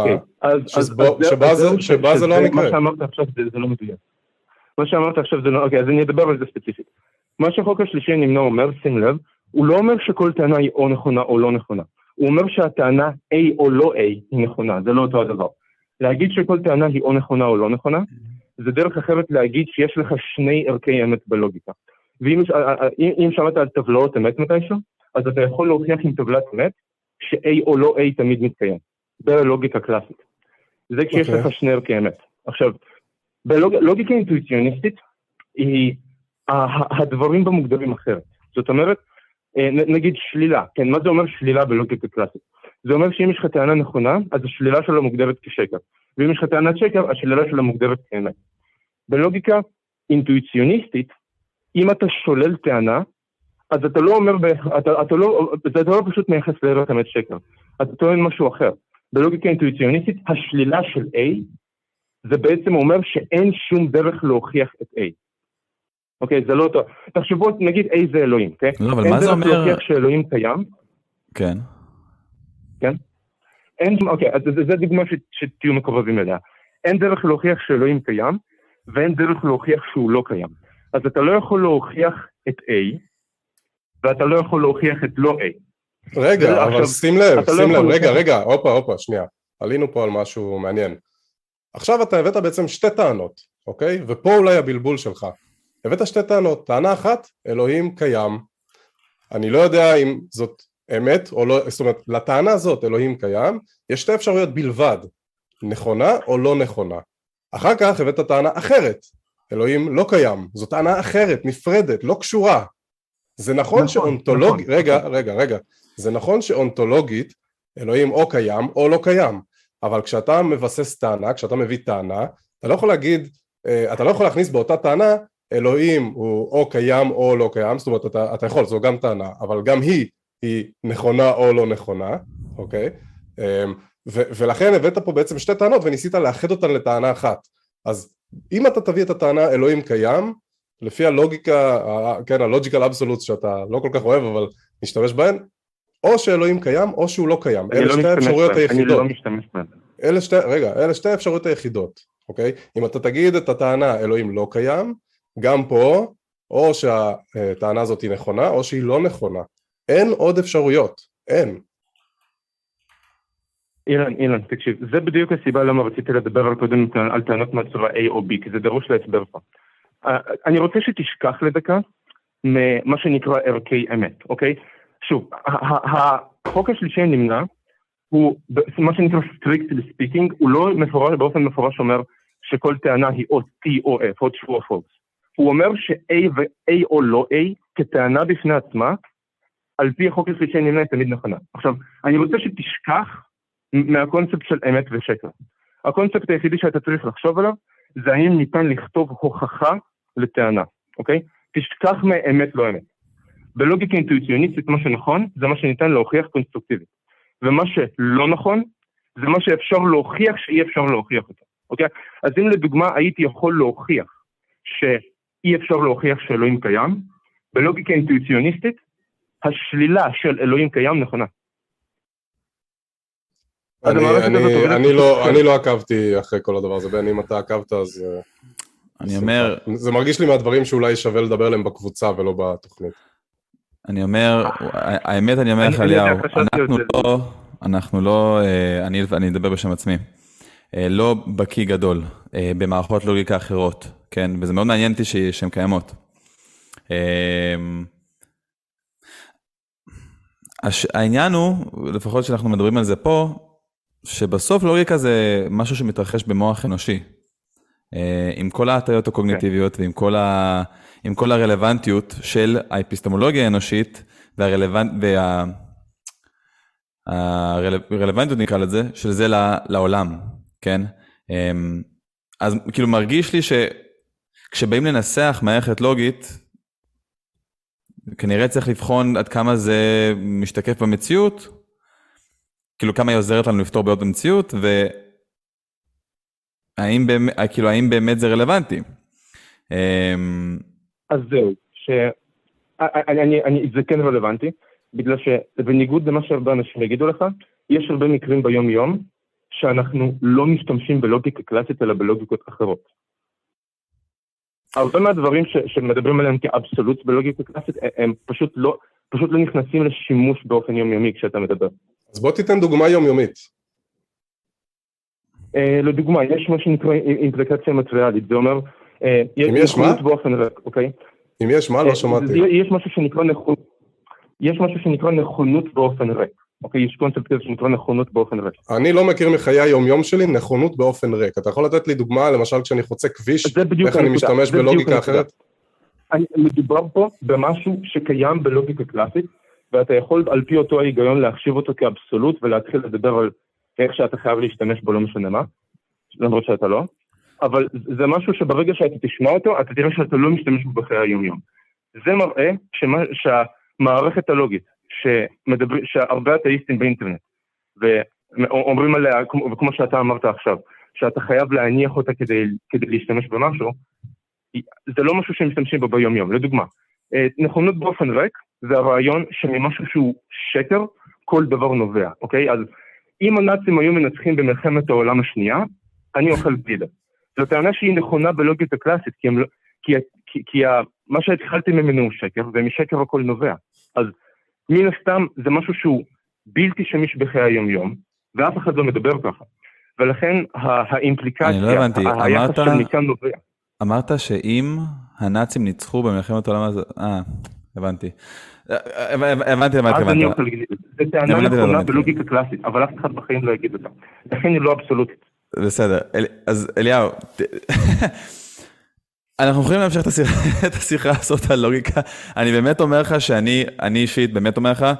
שבה זה לא המקרה. מה שאמרת עכשיו זה לא מדויק. מה שאמרת עכשיו זה לא, אוקיי, אז אני אדבר על זה ספציפית. מה שהחוק השלישי הנמנע אומר, שים לב, הוא לא אומר שכל טענה היא או נכונה או לא נכונה. הוא אומר שהטענה A או לא A היא נכונה, זה לא אותו הדבר. להגיד שכל טענה היא או נכונה או לא נכונה, זה דרך אחרת להגיד שיש לך שני ערכי אמת בלוגיקה. ואם אם שמעת על טבלאות אמת מתישהו, אז אתה יכול להוכיח עם טבלת אמת ש-A או לא A תמיד מתקיים. בלוגיקה קלאסית. זה כשיש לך שני ערכי אמת. עכשיו, בלוגיקה אינטואיציוניסטית, היא, הדברים בה מוגדרים אחרת. זאת אומרת, נגיד שלילה, כן, מה זה אומר שלילה בלוגיקה קלאסית? זה אומר שאם יש לך טענה נכונה, אז השלילה שלו מוגדרת כשקר. ואם יש לך טענת שקר, השלילה שלו מוגדרת כאמת. בלוגיקה אינטואיציוניסטית, אם אתה שולל טענה, אז אתה לא אומר, אתה, אתה לא, אתה לא פשוט מייחס לערך אמת שקר. אתה טוען משהו אחר. בלוגיקה אינטואיציוניסטית, השלילה של A, זה בעצם אומר שאין שום דרך להוכיח את A. אוקיי, זה לא אותו. תחשבו, נגיד איזה אלוהים, כן? לא, אבל מה זה אומר? אין דרך להוכיח שאלוהים קיים. כן. כן? אין, אוקיי, אז זה, זה דוגמה ש, שתהיו מקורבים אליה. אין דרך להוכיח שאלוהים קיים, ואין דרך להוכיח שהוא לא קיים. אז אתה לא יכול להוכיח את A, ואתה לא יכול להוכיח את לא A. רגע, אבל עכשיו, שים לב, שים לא לב, רגע, להוכיח... רגע, הופה, הופה, שנייה. עלינו פה על משהו מעניין. עכשיו אתה הבאת בעצם שתי טענות, אוקיי? ופה אולי הבלבול שלך. הבאת שתי טענות. טענה אחת, אלוהים קיים. אני לא יודע אם זאת אמת או לא, זאת אומרת, לטענה הזאת, אלוהים קיים, יש שתי אפשרויות בלבד, נכונה או לא נכונה. אחר כך הבאת טענה אחרת, אלוהים לא קיים. זו טענה אחרת, נפרדת, לא קשורה. זה נכון, נכון שאונתולוגית, נכון, רגע, נכון. רגע, רגע, זה נכון שאונתולוגית, אלוהים או קיים או לא קיים. אבל כשאתה מבסס טענה, כשאתה מביא טענה, אתה לא יכול להגיד, אתה לא יכול להכניס באותה טענה, אלוהים הוא או קיים או לא קיים, זאת אומרת, אתה, אתה יכול, זו גם טענה, אבל גם היא, היא נכונה או לא נכונה, אוקיי? ו, ולכן הבאת פה בעצם שתי טענות, וניסית לאחד אותן לטענה אחת. אז אם אתה תביא את הטענה, אלוהים קיים, לפי הלוגיקה, כן, הלוג'יקל אבסולוט שאתה לא כל כך אוהב, אבל נשתמש בהן, או שאלוהים קיים או שהוא לא קיים. אלה שתי האפשרויות היחידות. אני לא משתמש בהן. אלה שתי, רגע, אלה שתי האפשרויות היחידות, אוקיי? אם אתה תגיד את הטענה אלוהים לא קיים, גם פה, או שהטענה הזאת היא נכונה, או שהיא לא נכונה. אין עוד אפשרויות, אין. אילן, אילן, תקשיב, זה בדיוק הסיבה למה רציתי לדבר על קודם על טענות מהצורה A או B, כי זה דרוש להסבר פה. אני רוצה שתשכח לדקה ממה שנקרא ערכי אמת, אוקיי? שוב, החוק השלישי נמנע, הוא, מה שנקרא strictly speaking, הוא לא מפורש, באופן מפורש אומר שכל טענה היא או T או F, או true או false. הוא אומר ש-A ו-A או לא A, כטענה בפני עצמה, על פי החוק השלישי נמנע היא תמיד נכונה. עכשיו, אני רוצה שתשכח מהקונספט של אמת ושקר. הקונספט היחידי שאתה צריך לחשוב עליו, זה האם ניתן לכתוב הוכחה לטענה, אוקיי? תשכח מאמת לא אמת. בלוגיקה אינטואיציוניסטית מה שנכון, זה מה שניתן להוכיח קונסטרוקטיבית. ומה שלא נכון, זה מה שאפשר להוכיח שאי אפשר להוכיח אותו, אוקיי? אז אם לדוגמה הייתי יכול להוכיח שאי אפשר להוכיח שאלוהים קיים, בלוגיקה אינטואיציוניסטית, השלילה של אלוהים קיים נכונה. אני לא עקבתי אחרי כל הדבר הזה, בין אם אתה עקבת אז... אני אומר... זה מרגיש לי מהדברים שאולי שווה לדבר עליהם בקבוצה ולא בתוכנית. אני אומר, האמת אני אומר לך אליהו, אנחנו לא, אנחנו לא, אני, אני אדבר בשם עצמי, לא בקי גדול במערכות לוגיקה אחרות, כן, וזה מאוד מעניין אותי שהן קיימות. העניין הוא, לפחות שאנחנו מדברים על זה פה, שבסוף לוגיקה זה משהו שמתרחש במוח אנושי, עם כל ההטיות הקוגניטיביות ועם כל ה... עם כל הרלוונטיות של האפיסטמולוגיה האנושית, והרלוונט... והרלוונטיות נקרא לזה, של זה לעולם, כן? אז כאילו מרגיש לי שכשבאים לנסח מערכת לוגית, כנראה צריך לבחון עד כמה זה משתקף במציאות, כאילו כמה היא עוזרת לנו לפתור בעיות במציאות, והאם באמת, כאילו, האם באמת זה רלוונטי? אז זהו, ש... אני, אני, אני, זה כן רלוונטי, בגלל שבניגוד למה שהרבה אנשים יגידו לך, יש הרבה מקרים ביום יום שאנחנו לא משתמשים בלוגיקה קלאסית, אלא בלוגיקות אחרות. הרבה מהדברים ש, שמדברים עליהם כאבסולוט בלוגיקה קלאסית, הם פשוט לא, פשוט לא נכנסים לשימוש באופן יומיומי כשאתה מדבר. אז בוא תיתן דוגמה יומיומית. אה, לדוגמה, יש מה שנקרא אימפליקציה מטריאלית, זה אומר... אם יש מה? באופן ריק, אוקיי? אם יש מה? לא שמעתי. יש משהו שנקרא נכונות, יש משהו שנקרא נכונות באופן ריק, אוקיי? יש קונספט כזה שנקרא נכונות באופן ריק. אני לא מכיר מחיי היום-יום שלי נכונות באופן ריק. אתה יכול לתת לי דוגמה, למשל כשאני חוצה כביש, איך אני משתמש בלוגיקה אחרת? מדובר פה במשהו שקיים בלוגיקה קלאסית, ואתה יכול על פי אותו ההיגיון להחשיב אותו כאבסולוט, ולהתחיל לדבר על איך שאתה חייב להשתמש בו לא משנה מה, למרות שאתה לא. אבל זה משהו שברגע שאתה תשמע אותו, אתה תראה שאתה לא משתמש בו בחיי היום-יום. זה מראה שמה, שהמערכת הלוגית, שמדבר, שהרבה אתאיסטים באינטרנט, ואומרים עליה, וכמו שאתה אמרת עכשיו, שאתה חייב להניח אותה כדי, כדי להשתמש במשהו, זה לא משהו שהם משתמשים בו ביום יום. לדוגמה, נכונות באופן ריק, זה הרעיון שממשהו שהוא שקר, כל דבר נובע, אוקיי? אז אם הנאצים היו מנצחים במלחמת העולם השנייה, אני אוכל גלידה. זו טענה שהיא נכונה בלוגיקה קלאסית, כי, הם, כי, כי, כי מה שהתחלתי ממנו הוא שקר, ומשקר הכל נובע. אז מן הסתם זה משהו שהוא בלתי שמיש בחיי היום-יום, ואף אחד לא מדבר ככה. ולכן האימפליקציה, לא הבנתי, היחס אמרת, של מכאן נובע. אמרת שאם הנאצים ניצחו במלחמת העולם הזה, אה, הבנתי. הבנתי למה התכוונת. זה טענה נכונה בלוגיקה קלאסית, אבל אף אחד בחיים לא יגיד אותה. לכן היא לא אבסולוטית. בסדר, אז אליהו, אנחנו יכולים להמשיך את השיחה הזאת על לוגיקה. אני באמת אומר לך שאני, אני אישית באמת אומר לך,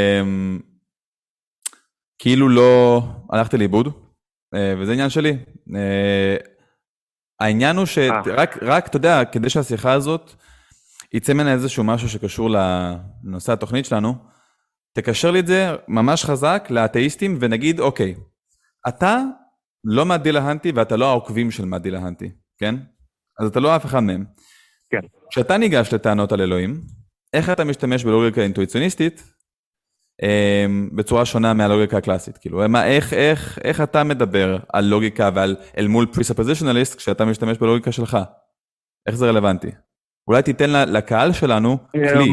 כאילו לא הלכתי לאיבוד, וזה עניין שלי. העניין הוא שרק, רק, אתה יודע, כדי שהשיחה הזאת יצא ממנה איזשהו משהו שקשור לנושא התוכנית שלנו, תקשר לי את זה ממש חזק לאתאיסטים, ונגיד, אוקיי, אתה לא מאדי להנטי, ואתה לא העוקבים של מאדי להנטי, כן? אז אתה לא אף אחד מהם. כן. כשאתה ניגש לטענות על אלוהים, איך אתה משתמש בלוגיקה אינטואיציוניסטית, בצורה שונה מהלוגיקה הקלאסית? כאילו, מה, איך, איך, איך אתה מדבר על לוגיקה ועל אל מול presuppositionalist, כשאתה משתמש בלוגיקה שלך? איך זה רלוונטי? אולי תיתן לקהל שלנו כלי.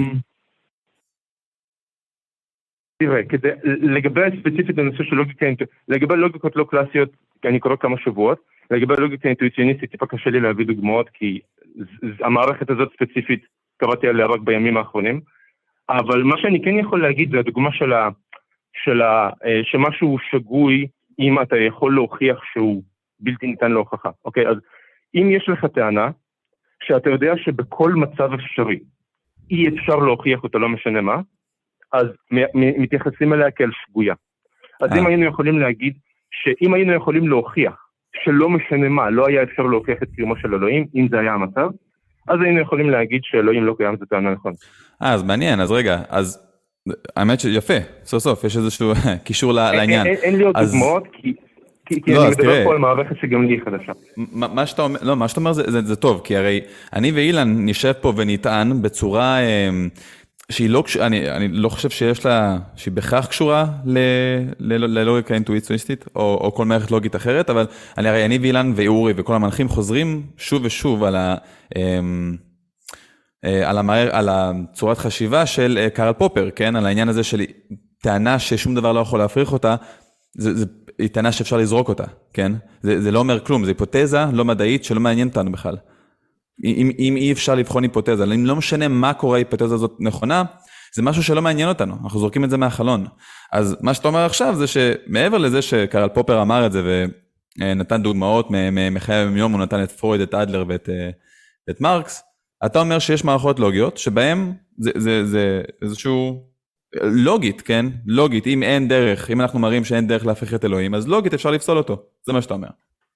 תראה, כדי, לגבי ספציפית הנושא של לוגיקה, לגבי לוגיקות לא קלאסיות, אני קורא כמה שבועות, לגבי לוגיקה אינטואיציוניסטית, טיפה קשה לי להביא דוגמאות, כי המערכת הזאת ספציפית, קראתי עליה רק בימים האחרונים, אבל מה שאני כן יכול להגיד, זה הדוגמה של ה, של ה, שמשהו שגוי, אם אתה יכול להוכיח שהוא בלתי ניתן להוכחה. אוקיי, אז אם יש לך טענה, שאתה יודע שבכל מצב אפשרי, אי אפשר להוכיח אותה, לא משנה מה, אז מתייחסים אליה כאל שגויה. אז אם היינו יכולים להגיד, שאם היינו יכולים להוכיח, שלא משנה מה, לא היה אפשר להוכיח את קיומו של אלוהים, אם זה היה המצב, אז היינו יכולים להגיד שאלוהים לא קיים, זה טענה נכון. אה, אז מעניין, אז רגע, אז האמת שיפה, סוף סוף, יש איזשהו קישור לעניין. אין לי עוד דוגמאות, כי... כי אני מדבר פה על מערכת שגם לי היא חדשה. מה שאתה אומר, לא, מה שאתה אומר זה טוב, כי הרי אני ואילן נשב פה ונטען בצורה שהיא לא, אני לא חושב שיש לה, שהיא בכך קשורה ללוגיקה אינטואיציוניסטית, או כל מערכת לוגית אחרת, אבל הרי אני ואילן ואורי וכל המנחים חוזרים שוב ושוב על ה... על, המער, על הצורת חשיבה של קארל פופר, כן? על העניין הזה של טענה ששום דבר לא יכול להפריך אותה, זה, זה היא טענה שאפשר לזרוק אותה, כן? זה, זה לא אומר כלום, זה היפותזה לא מדעית שלא מעניין אותנו בכלל. אם, אם אי אפשר לבחון היפותזה, אם לא משנה מה קורה היפותזה הזאת נכונה, זה משהו שלא מעניין אותנו, אנחנו זורקים את זה מהחלון. אז מה שאתה אומר עכשיו זה שמעבר לזה שקארל פופר אמר את זה ונתן דוגמאות מחיי היום, הוא נתן את פרויד, את אדלר ואת את מרקס, אתה אומר שיש מערכות לוגיות שבהן זה, זה, זה איזשהו לוגית, כן? לוגית, אם אין דרך, אם אנחנו מראים שאין דרך להפך את אלוהים, אז לוגית אפשר לפסול אותו, זה מה שאתה אומר.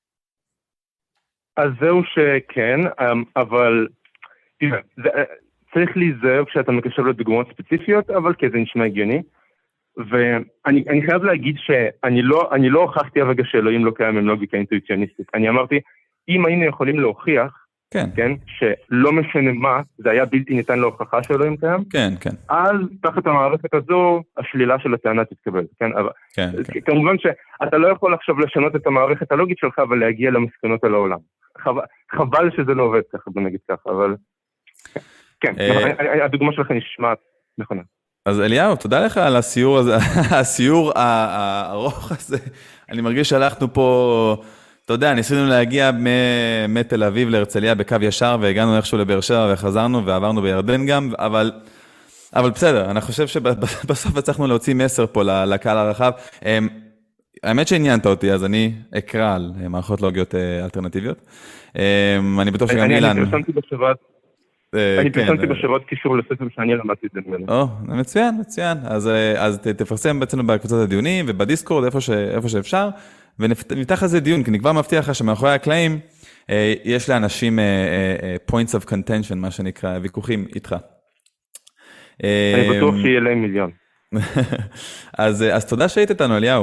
אז זהו שכן, אבל תראה, זה, צריך להיזהר כשאתה מקשר לדוגמאות ספציפיות, אבל כי זה נשמע הגיוני, ואני אני חייב להגיד שאני לא, אני לא הוכחתי הרגע שאלוהים לא קיים עם לוגיקה אינטואיציוניסטית, אני אמרתי, אם היינו יכולים להוכיח, כן. כן, שלא משנה מה, זה היה בלתי ניתן להוכחה שאלוהים קיים, כן, כן. אז תחת המערכת הזו, השלילה של הטענה תתקבל, כן, אבל כן, כן. כמובן שאתה לא יכול עכשיו לשנות את המערכת הלוגית שלך ולהגיע למסקנות על העולם. חבל, חבל שזה לא עובד ככה, בוא נגיד ככה, אבל כן, הדוגמה שלך נשמעת נכונה. אז אליהו, תודה לך על הסיור הזה, הסיור הארוך הזה. אני מרגיש שהלכנו פה, אתה יודע, ניסינו להגיע מתל אביב להרצליה בקו ישר, והגענו איכשהו לבאר שבע וחזרנו, ועברנו בירדן גם, אבל, אבל בסדר, אני חושב שבסוף הצלחנו להוציא מסר פה לקהל הרחב. האמת שעניינת אותי, אז אני אקרא על מערכות לוגיות אלטרנטיביות. אני בטוח שגם אילן... אני פרסמתי בשבת, אני פרסמתי בשבת קישור לספר שאני למדתי את זה ממנו. או, מצוין, מצוין. אז תפרסם בעצם בקבוצת הדיונים ובדיסקורד, איפה שאפשר, ונפתח לזה דיון, כי אני כבר מבטיח לך שמאחורי הקלעים, יש לאנשים points of contention, מה שנקרא, ויכוחים איתך. אני בטוח שיהיה להם מיליון. אז תודה שהיית איתנו, אליהו.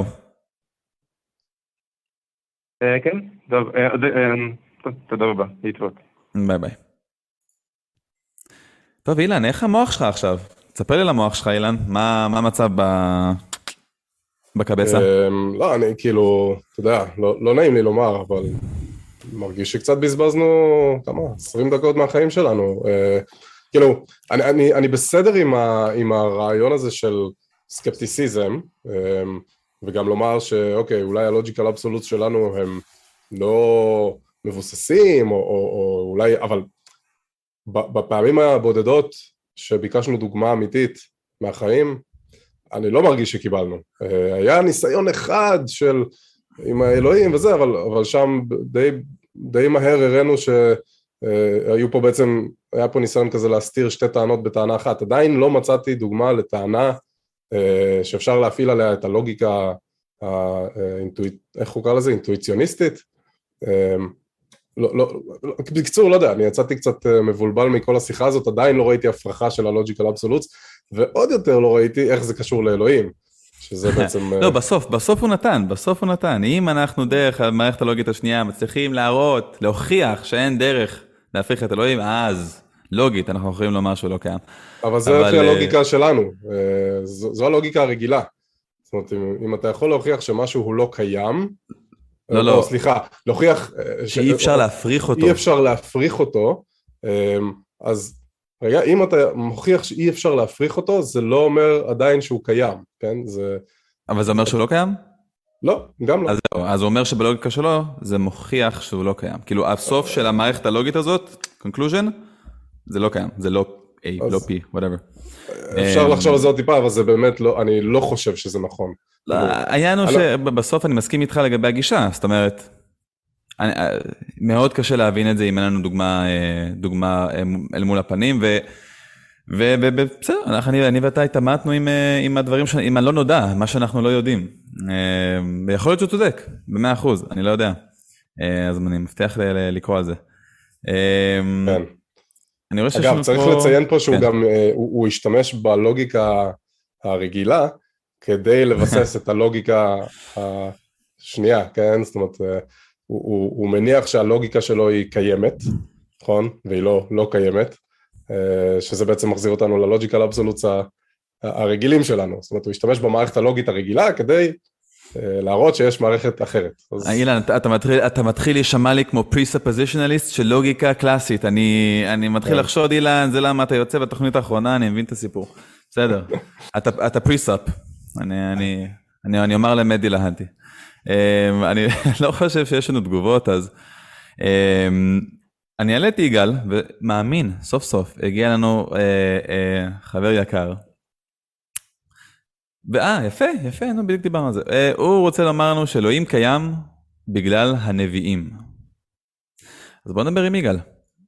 כן, תודה רבה, להתראות. ביי ביי. טוב, אילן, איך המוח שלך עכשיו? תספר לי למוח שלך, אילן, מה, מה המצב ב... בקבצה? לא, אני כאילו, אתה יודע, לא, לא נעים לי לומר, אבל מרגיש שקצת בזבזנו, כמה, עשרים דקות מהחיים שלנו. כאילו, אני, אני, אני בסדר עם, ה, עם הרעיון הזה של סקפטיסיזם, וגם לומר שאוקיי, אולי הלוג'יקל אבסולוט שלנו הם לא מבוססים, או, או, או אולי, אבל בפעמים הבודדות שביקשנו דוגמה אמיתית מהחיים, אני לא מרגיש שקיבלנו. היה ניסיון אחד של עם האלוהים וזה, אבל, אבל שם די, די מהר הראינו שהיו פה בעצם, היה פה ניסיון כזה להסתיר שתי טענות בטענה אחת. עדיין לא מצאתי דוגמה לטענה שאפשר להפעיל עליה את הלוגיקה, האינטואיט, איך הוא קרא לזה? אינטואיציוניסטית. לא, לא, בקצור, לא יודע, אני יצאתי קצת מבולבל מכל השיחה הזאת, עדיין לא ראיתי הפרחה של הלוג'יקל אבסולוטס, ועוד יותר לא ראיתי איך זה קשור לאלוהים, שזה בעצם... לא, בסוף, בסוף הוא נתן, בסוף הוא נתן. אם אנחנו דרך המערכת הלוגית השנייה מצליחים להראות, להוכיח שאין דרך להפריך את אלוהים, אז לוגית, אנחנו יכולים לומר שהוא לא קיים. אבל זה לפי הלוגיקה שלנו, זו הלוגיקה הרגילה. זאת אומרת, אם אתה יכול להוכיח שמשהו הוא לא קיים, לא, לא. סליחה, להוכיח... שאי אפשר להפריך אותו. אי אפשר להפריך אותו, אז רגע, אם אתה מוכיח שאי אפשר להפריך אותו, זה לא אומר עדיין שהוא קיים, כן? זה... אבל זה אומר שהוא לא קיים? לא, גם לא. אז, אז הוא אומר שבלוגיקה שלו, זה מוכיח שהוא לא קיים. כאילו, הסוף של המערכת הלוגית הזאת, conclusion, זה לא קיים, זה לא A, לא P, whatever. אפשר לחשוב על זה עוד טיפה, אבל זה באמת לא, אני לא חושב שזה נכון. העניין הוא שבסוף אני מסכים איתך לגבי הגישה, זאת אומרת, אני, מאוד קשה להבין את זה אם אין לנו דוגמה, דוגמה אל מול הפנים, ו, ו, ובסדר, אני, אני ואתה התאמתנו עם, עם הדברים, עם הלא נודע, מה שאנחנו לא יודעים. ויכול להיות שהוא צודק, במאה אחוז, אני לא יודע. אז אני מבטיח לקרוא על זה. כן. אני רואה אגב, צריך פה... לציין פה שהוא כן. גם, הוא, הוא השתמש בלוגיקה הרגילה, כדי לבסס את הלוגיקה השנייה, כן? זאת אומרת, הוא, הוא, הוא מניח שהלוגיקה שלו היא קיימת, נכון? והיא לא, לא קיימת, שזה בעצם מחזיר אותנו ללוג'יקל אבסולוטס הרגילים שלנו. זאת אומרת, הוא השתמש במערכת הלוגית הרגילה כדי להראות שיש מערכת אחרת. אז... אילן, אתה, אתה מתחיל, אתה מתחיל להישמע לי כמו presuppositionalist של לוגיקה קלאסית. אני, אני מתחיל לחשוד, אילן, זה למה אתה יוצא בתוכנית האחרונה, אני מבין את הסיפור. בסדר. אתה, אתה pre-sup. אני, אני, אני, אני אומר למדי להנטי. אני לא חושב שיש לנו תגובות, אז אני העליתי יגאל, ומאמין, סוף סוף, הגיע לנו חבר יקר. ואה, יפה, יפה, נו, בדיוק דיברנו על זה. הוא רוצה לומר לנו שאלוהים קיים בגלל הנביאים. אז בוא נדבר עם יגאל.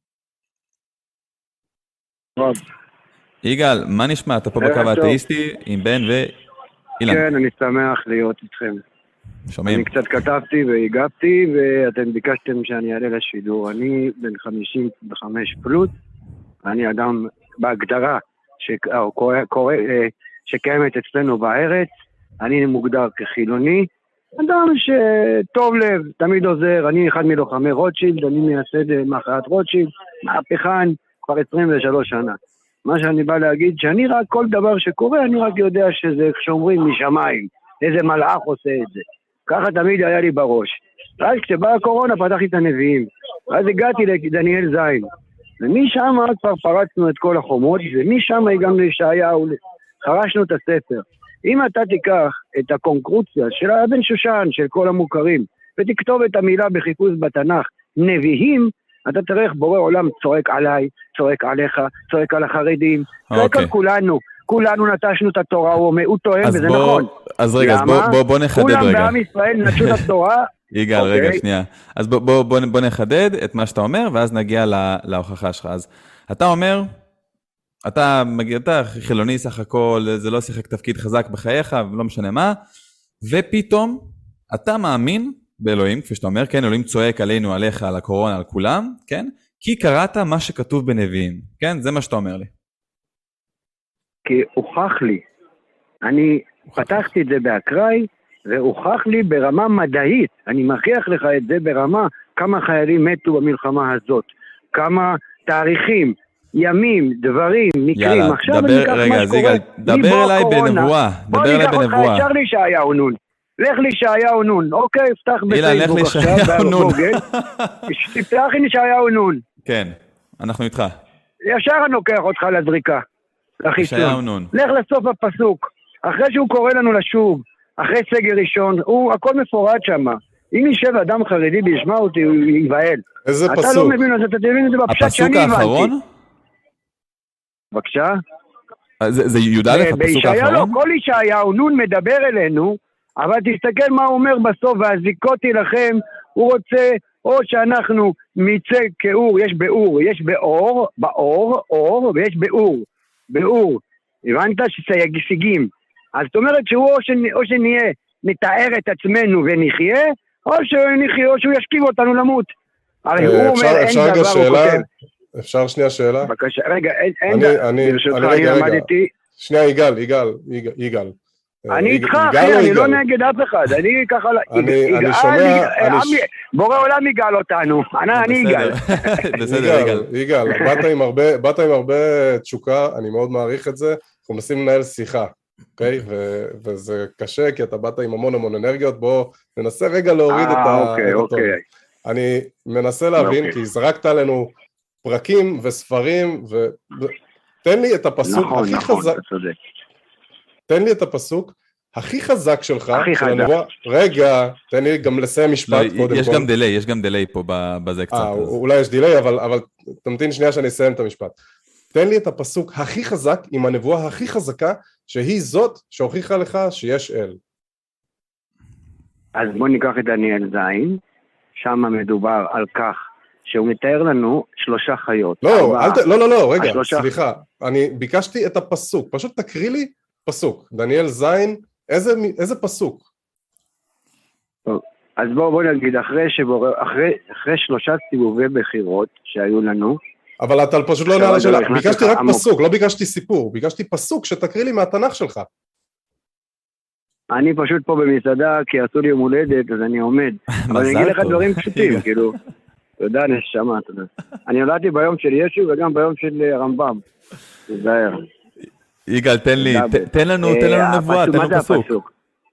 טוב. יגאל, מה נשמע? אתה פה בקו האתאיסטי עם בן ואילן. כן, אני שמח להיות איתכם. שומעים. אני קצת כתבתי והגבתי, ואתם ביקשתם שאני אעלה לשידור. אני בן חמישים וחמש פלוס, אני אדם בהגדרה שקיימת אצלנו בארץ, אני מוגדר כחילוני, אדם שטוב לב, תמיד עוזר, אני אחד מלוחמי רוטשילד, אני מייסד מחאת רוטשילד, מהפכן, כבר עשרים ושלוש שנה. מה שאני בא להגיד, שאני רק כל דבר שקורה, אני רק יודע שזה, כשאומרים משמיים, איזה מלאך עושה את זה. ככה תמיד היה לי בראש. ואז כשבאה הקורונה פתחתי את הנביאים, ואז הגעתי לדניאל זין, ומשם כבר פרצנו את כל החומות, ומשם הגענו לישעיהו, חרשנו את הספר. אם אתה תיקח את הקונקרוציה של הבן שושן, של כל המוכרים, ותכתוב את המילה בחיפוש בתנ"ך, נביאים, אתה תראה איך בורא עולם צועק עליי, צועק עליך, צועק על החרדים, צועק על כולנו. כולנו נטשנו את התורה, הוא טוען, וזה נכון. אז רגע, אז בוא נחדד רגע. כולם בעם ישראל נטשו את התורה. יגאל, רגע, שנייה. אז בוא נחדד את מה שאתה אומר, ואז נגיע להוכחה שלך. אז אתה אומר, אתה מגיע, אתה חילוני סך הכל, זה לא שיחק תפקיד חזק בחייך, לא משנה מה, ופתאום אתה מאמין באלוהים, כפי שאתה אומר, כן, אלוהים צועק עלינו, עליך, על הקורונה, על כולם, כן? כי קראת מה שכתוב בנביאים, כן? זה מה שאתה אומר לי. כי הוכח לי, אני פתחתי את זה באקראי, והוכח לי ברמה מדעית, אני מכריח לך את זה ברמה, כמה חיילים מתו במלחמה הזאת, כמה תאריכים, ימים, דברים, מקרים. יאללה, עכשיו דבר, אני אקח רגע, מה שקורה. זיגל, דבר אליי בנבואה, בוא דבר אליי ניקח אותך בנבואה. ישר לישעיהו נון. לך לישעיהו נון, אוקיי, פתח אילן, לך בפייסבוק עכשיו, לישעיהו נון. בגוגל. תפתח עם ישעיהו נון. כן, אנחנו איתך. ישר אני לוקח אותך לזריקה. ישעיהו לחיסון. נון. לך לסוף הפסוק. אחרי שהוא קורא לנו לשוב, אחרי סגר ראשון, הוא, הכל מפורט שם. אם יישב אדם חרדי וישמע אותי, הוא ייבהל. איזה אתה פסוק? לא מבין, אז אתה תבין את זה בפשט שאני הבנתי. הפסוק האחרון? בבקשה? זה, זה י"א, הפסוק בישעיהו האחרון? לא, כל ישעיהו נון מדבר אלינו, אבל תסתכל מה הוא אומר בסוף, והזיקותי לכם, הוא רוצה, או שאנחנו מיצי כאור, יש באור, יש באור, באור, אור, ויש באור, באור. הבנת שסייגים. אז זאת אומרת שהוא או, שנ, או שנהיה, נתאר את עצמנו ונחיה, או שנחיה, או שהוא ישכיב אותנו למות. הרי הוא אומר, אין דבר, הוא כותב. אפשר שנייה שאלה? בבקשה, רגע, אין, אין אני, דבר, אני, ברשותך, אני, אני רגע, רגע. למדתי. שנייה, יגאל, יגאל, יגאל. אני איתך, אחי, אני לא נגד אף אחד, אני ככה, אני שומע, בורא עולם יגאל אותנו, אני יגאל. בסדר, יגאל. יגאל, באת עם הרבה תשוקה, אני מאוד מעריך את זה, אנחנו מנסים לנהל שיחה, אוקיי? וזה קשה, כי אתה באת עם המון המון אנרגיות, בוא ננסה רגע להוריד את הטון. אני מנסה להבין, כי זרקת עלינו פרקים וספרים, ותן לי את הפסוק הכי חזק. תן לי את הפסוק הכי חזק שלך, של הנבואה. רגע, תן לי גם לסיים משפט קודם כל. יש גם דילי, יש גם דילי פה בזה קצת. אולי יש דילי, אבל תמתין שנייה שאני אסיים את המשפט. תן לי את הפסוק הכי חזק, עם הנבואה הכי חזקה, שהיא זאת שהוכיחה לך שיש אל. אז בוא ניקח את דניאל זין, שם מדובר על כך, שהוא מתאר לנו שלושה חיות. לא, לא, לא, לא, רגע, סליחה. אני ביקשתי את הפסוק, פשוט תקריא לי פסוק, דניאל זין, איזה, איזה פסוק? טוב, אז בואו בוא נגיד, אחרי, שבור, אחרי, אחרי שלושה סיבובי בחירות שהיו לנו, אבל אתה פשוט לא נעלה על שאלה, ביקשתי רק עמוק. פסוק, לא ביקשתי סיפור, ביקשתי פסוק שתקריא לי מהתנ"ך שלך. אני פשוט פה במסעדה, כי עשו לי יום הולדת, אז אני עומד. אבל אני אגיד לך דברים פשוטים, כאילו, תודה, נשמה, תודה. אני נולדתי ביום של ישו וגם ביום של רמב"ם. תזהר. יגאל, תן לי, תן לנו, תן לנו נבואה, תן לנו פסוק.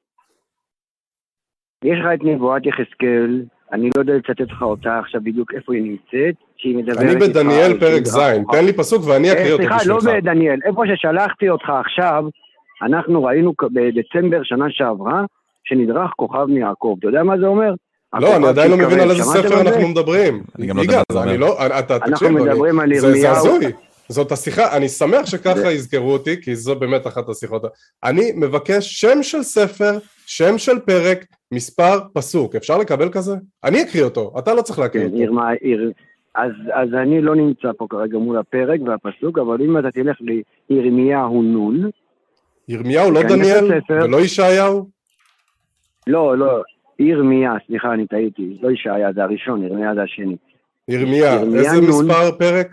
יש לך את נבואת יחזקאל, אני לא יודע לצטט לך אותה עכשיו בדיוק איפה היא נמצאת, שהיא מדברת... אני בדניאל פרק זין, תן לי פסוק ואני אקריא אותו בשבילך. סליחה, לא בדניאל, איפה ששלחתי אותך עכשיו, אנחנו ראינו בדצמבר שנה שעברה, שנדרך כוכב מיעקב. אתה יודע מה זה אומר? לא, אני עדיין לא מבין על איזה ספר אנחנו מדברים. אני גם לא יודע מה זה אומר. אנחנו מדברים על ירמיהו. זה הזוי. זאת השיחה, אני שמח שככה יזכרו אותי, כי זו באמת אחת השיחות. אני מבקש שם של ספר, שם של פרק, מספר, פסוק. אפשר לקבל כזה? אני אקריא אותו, אתה לא צריך להקריא אותו. אז, אז אני לא נמצא פה כרגע מול הפרק והפסוק, אבל אם אתה תלך לירמיהו נון... ירמיהו לא דניאל ולא ישעיהו? לא, לא, ירמיה, סליחה, אני טעיתי, לא ישעיה, זה הראשון, ירמיה זה השני. ירמיה, איזה מספר פרק?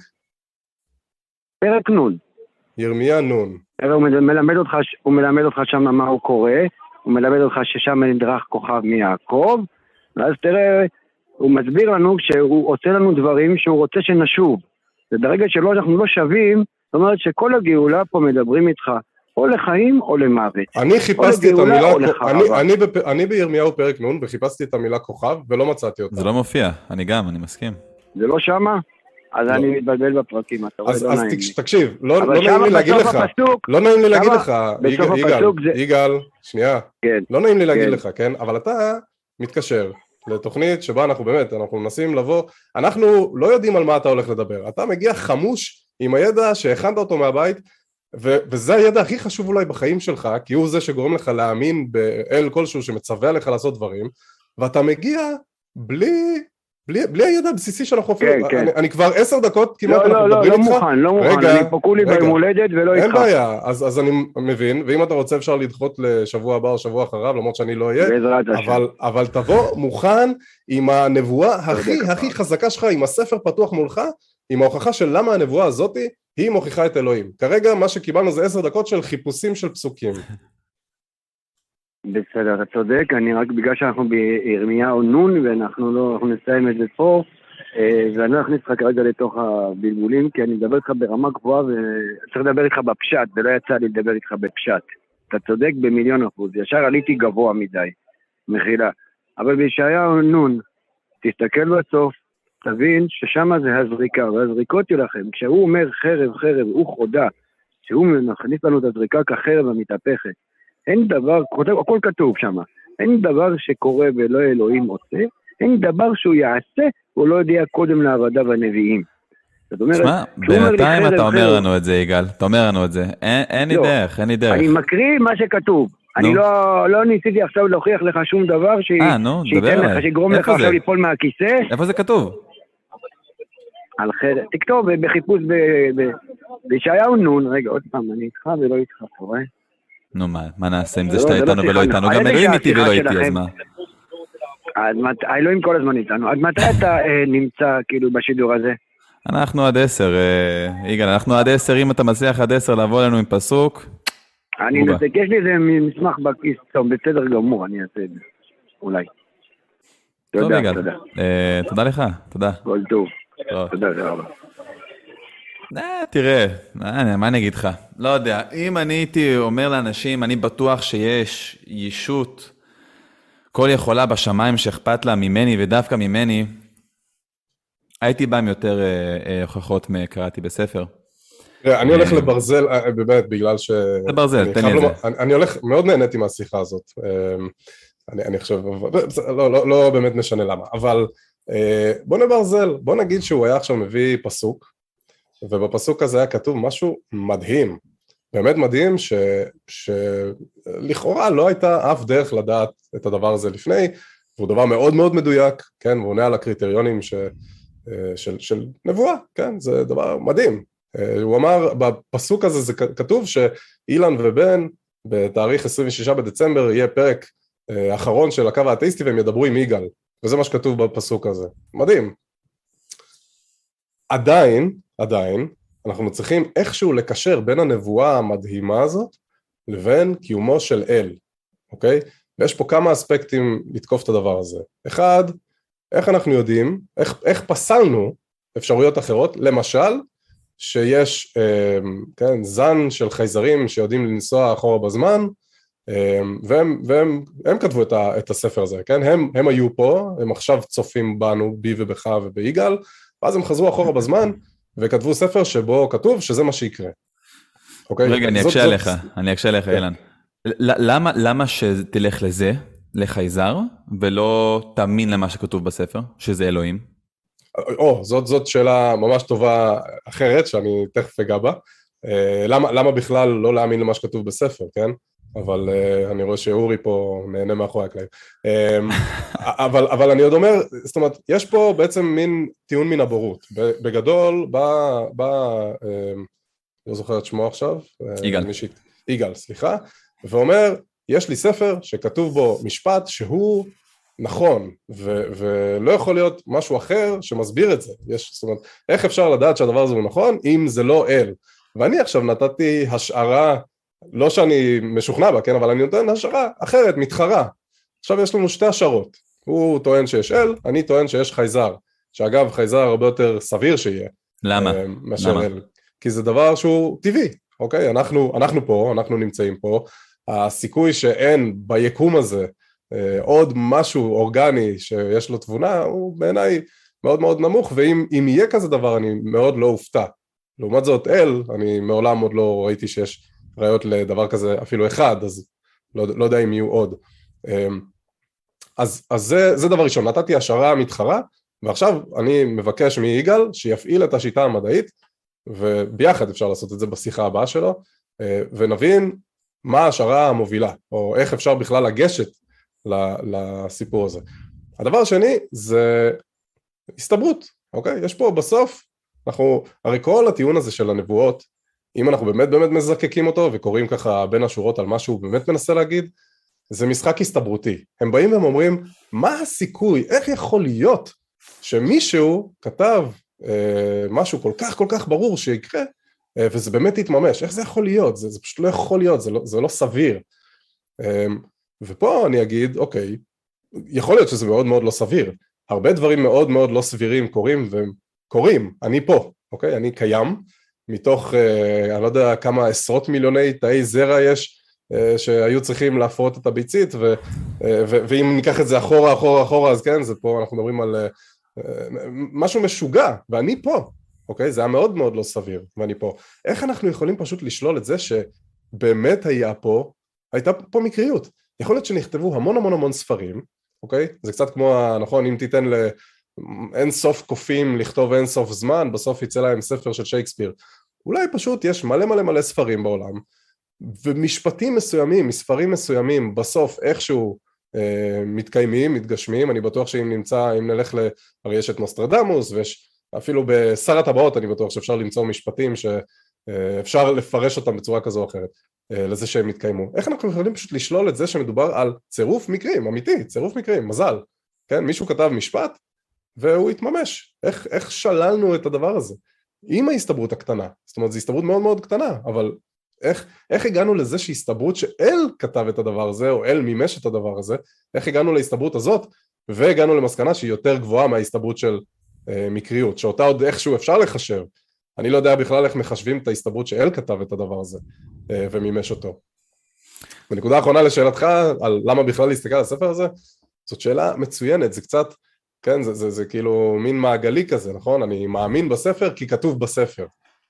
פרק נון. ירמיה נון. הוא מלמד אותך, הוא מלמד אותך שם מה הוא קורא, הוא מלמד אותך ששם נדרך כוכב מיעקב, ואז תראה, הוא מסביר לנו שהוא עושה לנו דברים שהוא רוצה שנשוב. וברגע שלא, אנחנו לא שווים, זאת אומרת שכל הגאולה פה מדברים איתך, או לחיים או למוות. אני חיפשתי את המילה, אני, אני, בפ... אני בירמיהו פרק נון, וחיפשתי את המילה כוכב, ולא מצאתי אותה. זה לא מופיע, אני גם, אני מסכים. זה לא שמה? אז לא. אני מתבלבל בפרקים, אתה רואה, אז, לא אז נעים. תקש, תקשיב, לא, לא נעים לי להגיד לך, הפסוק, לא נעים לי להגיד לך, יגאל, יגאל, זה... יגאל, שנייה, כן. לא נעים לי להגיד כן. לך, כן? אבל אתה מתקשר לתוכנית שבה אנחנו באמת, אנחנו מנסים לבוא, אנחנו לא יודעים על מה אתה הולך לדבר, אתה מגיע חמוש עם הידע שהכנת אותו מהבית, ו- וזה הידע הכי חשוב אולי בחיים שלך, כי הוא זה שגורם לך להאמין באל כלשהו שמצווה עליך לעשות דברים, ואתה מגיע בלי... בלי, בלי הידע הבסיסי שאנחנו כן, אפילו, כן. אני, אני כבר עשר דקות כמעט לא, אנחנו לא, מדברים לא, איתך. לא מוכן, לא מוכן, רגע, אני פה כולי ביום הולדת ולא איתך. אין בעיה, אז, אז אני מבין, ואם אתה רוצה אפשר לדחות לשבוע הבא או שבוע אחריו, למרות שאני לא אהיה, אבל, אבל תבוא מוכן עם הנבואה הכי הכי חזקה שלך, עם הספר פתוח מולך, עם ההוכחה של למה הנבואה הזאת היא מוכיחה את אלוהים. כרגע מה שקיבלנו זה עשר דקות של חיפושים של פסוקים. בסדר, אתה צודק, אני רק בגלל שאנחנו בירמיהו נון ואנחנו לא, אנחנו נסיים את זה פה, ואני לא אכניס לך כרגע לתוך הבלבולים, כי אני מדבר איתך ברמה גבוהה, וצריך לדבר איתך בפשט, ולא יצא לי לדבר איתך בפשט. אתה צודק במיליון אחוז, ישר עליתי גבוה מדי, מחילה. אבל בישעיהו נון, תסתכל בסוף, תבין ששם זה הזריקה, והזריקות שלכם, כשהוא אומר חרב, חרב, הוא חודה, שהוא מכניס לנו את הזריקה כחרב המתהפכת. אין דבר, הכל כתוב שם, אין דבר שקורה ולא אלוהים עושה, אין דבר שהוא יעשה, הוא לא יודע קודם לעבודה והנביאים. תשמע, בינתיים אתה אומר לנו את זה, יגאל, אתה אומר לנו את זה, אין לי דרך, אין לי דרך. אני מקריא מה שכתוב, אני לא ניסיתי עכשיו להוכיח לך שום דבר שייתן לך, שיגרום לך עכשיו ליפול מהכיסא. איפה זה כתוב? על חרב, תכתוב בחיפוש בישעיהו נון, רגע עוד פעם, אני איתך ולא איתך, אתה רואה? נו מה, מה נעשה עם זה שאתה איתנו ולא איתנו, גם אלוהים איתי ולא איתי, אז מה? האלוהים כל הזמן איתנו, עד מתי אתה נמצא כאילו בשידור הזה? אנחנו עד עשר, יגאל, אנחנו עד עשר, אם אתה מצליח עד עשר לבוא אלינו עם פסוק. אני נתק, יש לי איזה מסמך בכיס, טוב, בסדר גמור, אני אעשה את זה, אולי. טוב יגאל, תודה לך, תודה. כל טוב, תודה, תודה רבה. תראה, מה אני אגיד לך? לא יודע, אם אני הייתי אומר לאנשים, אני בטוח שיש ישות כל יכולה בשמיים שאכפת לה ממני ודווקא ממני, הייתי בהם יותר הוכחות מקראתי בספר. אני הולך לברזל, באמת, בגלל ש... זה ברזל, תן לי את זה. אני הולך, מאוד נהניתי מהשיחה הזאת. אני חושב, לא באמת משנה למה, אבל בוא נברזל, בוא נגיד שהוא היה עכשיו מביא פסוק, ובפסוק הזה היה כתוב משהו מדהים, באמת מדהים, שלכאורה לא הייתה אף דרך לדעת את הדבר הזה לפני, והוא דבר מאוד מאוד מדויק, כן, והוא עונה על הקריטריונים ש... של, של נבואה, כן, זה דבר מדהים. הוא אמר, בפסוק הזה זה כתוב שאילן ובן, בתאריך עשרים ושישה בדצמבר, יהיה פרק אחרון של הקו האתאיסטי, והם ידברו עם יגאל, וזה מה שכתוב בפסוק הזה. מדהים. עדיין, עדיין, אנחנו צריכים איכשהו לקשר בין הנבואה המדהימה הזאת, לבין קיומו של אל, אוקיי? ויש פה כמה אספקטים לתקוף את הדבר הזה. אחד, איך אנחנו יודעים, איך, איך פסלנו אפשרויות אחרות, למשל, שיש כן, זן של חייזרים שיודעים לנסוע אחורה בזמן, והם, והם הם כתבו את, ה, את הספר הזה, כן? הם, הם היו פה, הם עכשיו צופים בנו, בי ובך וביגאל, ואז הם חזרו אחורה בזמן, וכתבו ספר שבו כתוב שזה מה שיקרה. אוקיי? רגע, אני אקשה עליך, אני אקשה עליך, אילן. למה, למה שתלך לזה? לחייזר, ולא תאמין למה שכתוב בספר, שזה אלוהים? או, זאת, זאת שאלה ממש טובה אחרת, שאני תכף אגע בה. למה, למה בכלל לא להאמין למה שכתוב בספר, כן? אבל אני רואה שאורי פה נהנה מאחורי הקלעים. אבל, אבל אני עוד אומר, זאת אומרת, יש פה בעצם מין טיעון מן הבורות. בגדול, בא, בא, לא זוכר את שמו עכשיו. יגאל. יגאל, סליחה. ואומר, יש לי ספר שכתוב בו משפט שהוא נכון, ו- ולא יכול להיות משהו אחר שמסביר את זה. יש, זאת אומרת, איך אפשר לדעת שהדבר הזה הוא נכון, אם זה לא אל? ואני עכשיו נתתי השערה, לא שאני משוכנע בה, כן, אבל אני נותן השערה אחרת, מתחרה. עכשיו יש לנו שתי השערות. הוא טוען שיש אל, אני טוען שיש חייזר. שאגב, חייזר הרבה יותר סביר שיהיה. למה? למה? אל. כי זה דבר שהוא טבעי, אוקיי? אנחנו, אנחנו פה, אנחנו נמצאים פה, הסיכוי שאין ביקום הזה עוד משהו אורגני שיש לו תבונה, הוא בעיניי מאוד מאוד נמוך, ואם אם יהיה כזה דבר אני מאוד לא אופתע. לעומת זאת אל, אני מעולם עוד לא ראיתי שיש ראיות לדבר כזה אפילו אחד, אז לא, לא יודע אם יהיו עוד. אז, אז זה, זה דבר ראשון, נתתי השערה מתחרה, ועכשיו אני מבקש מיגאל שיפעיל את השיטה המדעית, וביחד אפשר לעשות את זה בשיחה הבאה שלו, ונבין מה ההשערה המובילה, או איך אפשר בכלל לגשת לסיפור הזה. הדבר השני זה הסתברות, אוקיי? יש פה בסוף, אנחנו, הרי כל הטיעון הזה של הנבואות, אם אנחנו באמת באמת מזקקים אותו, וקוראים ככה בין השורות על מה שהוא באמת מנסה להגיד, זה משחק הסתברותי. הם באים והם אומרים, מה הסיכוי, איך יכול להיות שמישהו כתב אה, משהו כל כך כל כך ברור שיקרה, אה, וזה באמת יתממש, איך זה יכול להיות? זה, זה פשוט לא יכול להיות, זה לא, זה לא סביר. אה, ופה אני אגיד, אוקיי, יכול להיות שזה מאוד מאוד לא סביר, הרבה דברים מאוד מאוד לא סבירים קורים, והם קורים, אני פה, אוקיי? אני קיים, מתוך, אה, אני לא יודע כמה עשרות מיליוני תאי זרע יש, אה, שהיו צריכים להפרות את הביצית, ו, אה, ו, ואם ניקח את זה אחורה, אחורה, אחורה, אז כן, זה פה, אנחנו מדברים על אה, משהו משוגע, ואני פה, אוקיי? זה היה מאוד מאוד לא סביר, ואני פה. איך אנחנו יכולים פשוט לשלול את זה שבאמת היה פה, הייתה פה מקריות? יכול להיות שנכתבו המון המון המון ספרים, אוקיי? זה קצת כמו, נכון, אם תיתן לאין סוף קופים לכתוב אין סוף זמן, בסוף יצא להם ספר של שייקספיר. אולי פשוט יש מלא מלא מלא ספרים בעולם, ומשפטים מסוימים, מספרים מסוימים, בסוף איכשהו אה, מתקיימים, מתגשמים. אני בטוח שאם נמצא, אם נלך ל... הרי יש את נוסטרדמוס, ויש אפילו בשר הטבעות, אני בטוח שאפשר למצוא משפטים שאפשר לפרש אותם בצורה כזו או אחרת. לזה שהם יתקיימו. איך אנחנו יכולים פשוט לשלול את זה שמדובר על צירוף מקרים, אמיתי, צירוף מקרים, מזל. כן, מישהו כתב משפט, והוא התממש. איך, איך שללנו את הדבר הזה? עם ההסתברות הקטנה, זאת אומרת, זו הסתברות מאוד מאוד קטנה, אבל איך, איך הגענו לזה שהסתברות שאל כתב את הדבר הזה, או אל מימש את הדבר הזה, איך הגענו להסתברות הזאת, והגענו למסקנה שהיא יותר גבוהה מההסתברות של אה, מקריות, שאותה עוד איכשהו אפשר לחשב. אני לא יודע בכלל איך מחשבים את ההסתברות שאל כתב את הדבר הזה, ומימש אותו. בנקודה האחרונה לשאלתך, על למה בכלל להסתכל על הספר הזה, זאת שאלה מצוינת, זה קצת, כן, זה, זה, זה כאילו מין מעגלי כזה, נכון? אני מאמין בספר כי כתוב בספר.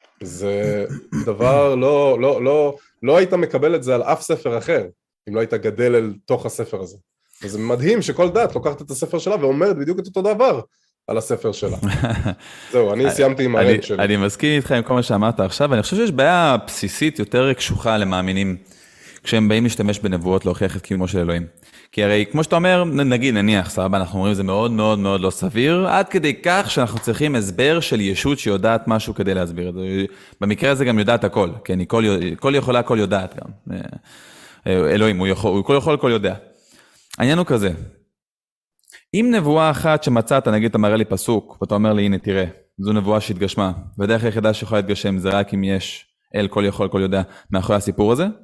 זה דבר, לא, לא, לא, לא היית מקבל את זה על אף ספר אחר, אם לא היית גדל אל תוך הספר הזה. וזה מדהים שכל דת לוקחת את הספר שלה ואומרת בדיוק את אותו דבר, על הספר שלה. זהו, אני סיימתי עם הרנט שלי. אני מסכים איתך עם כל מה שאמרת עכשיו, ואני חושב שיש בעיה בסיסית יותר קשוחה למאמינים, כשהם באים להשתמש בנבואות להוכיח את קיומו של אלוהים. כי הרי, כמו שאתה אומר, נגיד, נניח, סבבה, אנחנו אומרים, זה מאוד מאוד מאוד לא סביר, עד כדי כך שאנחנו צריכים הסבר של ישות שיודעת משהו כדי להסביר את זה. במקרה הזה גם יודעת הכל, כן, היא כל, כל יכולה, כל יודעת גם. אלוהים, הוא יכול, הוא כל יכול, כל יודע. העניין הוא כזה. אם נבואה אחת שמצאת, נגיד, אתה מראה לי פסוק, ואתה אומר לי, הנה, תראה, זו נבואה שהתגשמה, ודרך היחידה שיכולה להתגשם, זה רק אם יש אל כל יכול, כל יודע, מאחורי הסיפור הזה.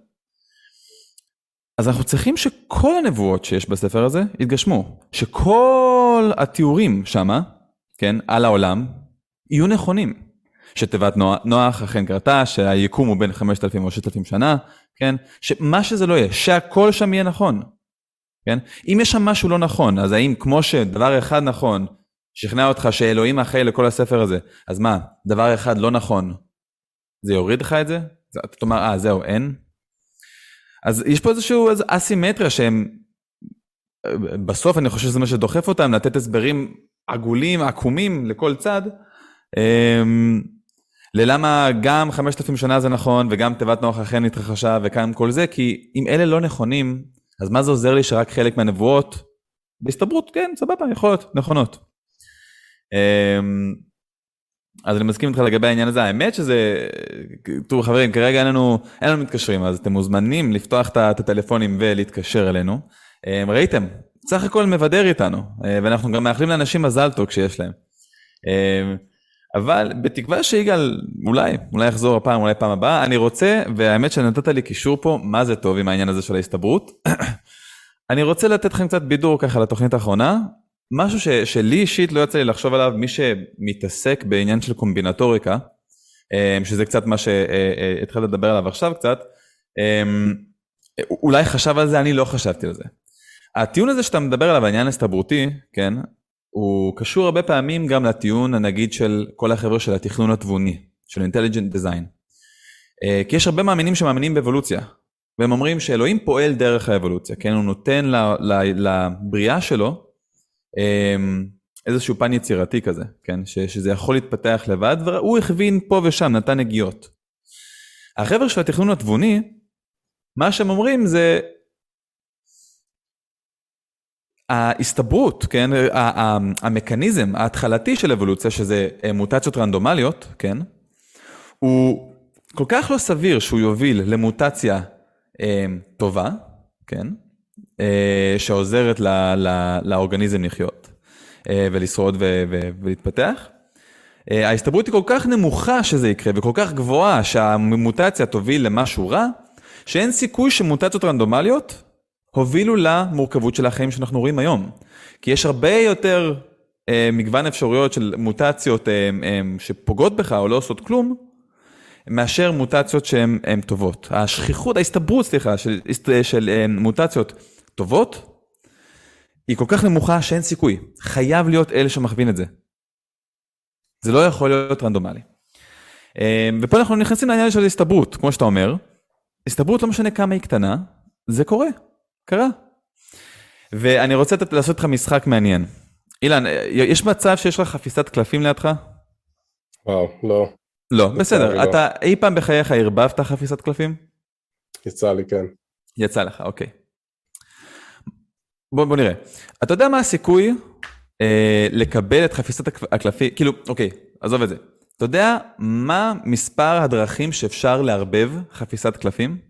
אז אנחנו צריכים שכל הנבואות שיש בספר הזה יתגשמו, שכל התיאורים שמה, כן, על העולם, יהיו נכונים. שתיבת נוח, נוח אכן קרתה, שהיקום הוא בין חמשת אלפים או ששת אלפים שנה, כן, שמה שזה לא יהיה, שהכל שם יהיה נכון. כן? אם יש שם משהו לא נכון, אז האם כמו שדבר אחד נכון, שכנע אותך שאלוהים אחראי לכל הספר הזה, אז מה, דבר אחד לא נכון, זה יוריד לך את זה? אתה תאמר, אה, זהו, אין? אז יש פה איזשהו איזו אסימטריה שהם, בסוף אני חושב שזה מה שדוחף אותם, לתת הסברים עגולים, עקומים לכל צד, ללמה גם חמשת אלפים שנה זה נכון, וגם תיבת נוח אכן התרחשה, וכאן כל זה, כי אם אלה לא נכונים, אז מה זה עוזר לי שרק חלק מהנבואות, בהסתברות, כן, סבבה, יכול להיות, נכונות. אז אני מסכים איתך לגבי העניין הזה, האמת שזה, תראו חברים, כרגע אין לנו, אין לנו מתקשרים, אז אתם מוזמנים לפתוח את הטלפונים ולהתקשר אלינו. ראיתם, סך הכל מבדר איתנו, ואנחנו גם מאחלים לאנשים מזל טוב כשיש להם. אבל בתקווה שיגאל, אולי, אולי יחזור הפעם, אולי פעם הבאה, אני רוצה, והאמת שנתת לי קישור פה, מה זה טוב עם העניין הזה של ההסתברות. אני רוצה לתת לכם קצת בידור ככה לתוכנית האחרונה, משהו ש, שלי אישית לא יצא לי לחשוב עליו, מי שמתעסק בעניין של קומבינטוריקה, שזה קצת מה שהתחלת לדבר עליו עכשיו קצת, אולי חשב על זה, אני לא חשבתי על זה. הטיעון הזה שאתה מדבר עליו, העניין הסתברותי, כן, הוא קשור הרבה פעמים גם לטיעון, הנגיד, של כל החבר'ה של התכנון התבוני, של Intelligent Design. כי יש הרבה מאמינים שמאמינים באבולוציה, והם אומרים שאלוהים פועל דרך האבולוציה, כן, הוא נותן לבריאה שלו איזשהו פן יצירתי כזה, כן, שזה יכול להתפתח לבד, והוא הכווין פה ושם, נתן נגיעות. החבר'ה של התכנון התבוני, מה שהם אומרים זה, ההסתברות, כן, המקניזם ההתחלתי של אבולוציה, שזה מוטציות רנדומליות, כן, הוא כל כך לא סביר שהוא יוביל למוטציה טובה, כן, שעוזרת לאורגניזם לחיות ולשרוד ולהתפתח. ההסתברות היא כל כך נמוכה שזה יקרה, וכל כך גבוהה שהמוטציה תוביל למשהו רע, שאין סיכוי שמוטציות רנדומליות הובילו למורכבות של החיים שאנחנו רואים היום. כי יש הרבה יותר מגוון אפשרויות של מוטציות שפוגעות בך או לא עושות כלום, מאשר מוטציות שהן טובות. השכיחות, ההסתברות, סליחה, של, של מוטציות טובות, היא כל כך נמוכה שאין סיכוי. חייב להיות אלה שמכווין את זה. זה לא יכול להיות רנדומלי. ופה אנחנו נכנסים לעניין של הסתברות, כמו שאתה אומר. הסתברות לא משנה כמה היא קטנה, זה קורה, קרה. ואני רוצה לעשות לך משחק מעניין. אילן, יש מצב שיש לך חפיסת קלפים לידך? וואו, לא. לא, בסדר. אתה אי פעם בחייך הרבבת חפיסת קלפים? יצא לי, כן. יצא לך, אוקיי. בוא, בוא נראה. אתה יודע מה הסיכוי אה, לקבל את חפיסת הקלפים? כאילו, אוקיי, עזוב את זה. אתה יודע מה מספר הדרכים שאפשר לערבב חפיסת קלפים?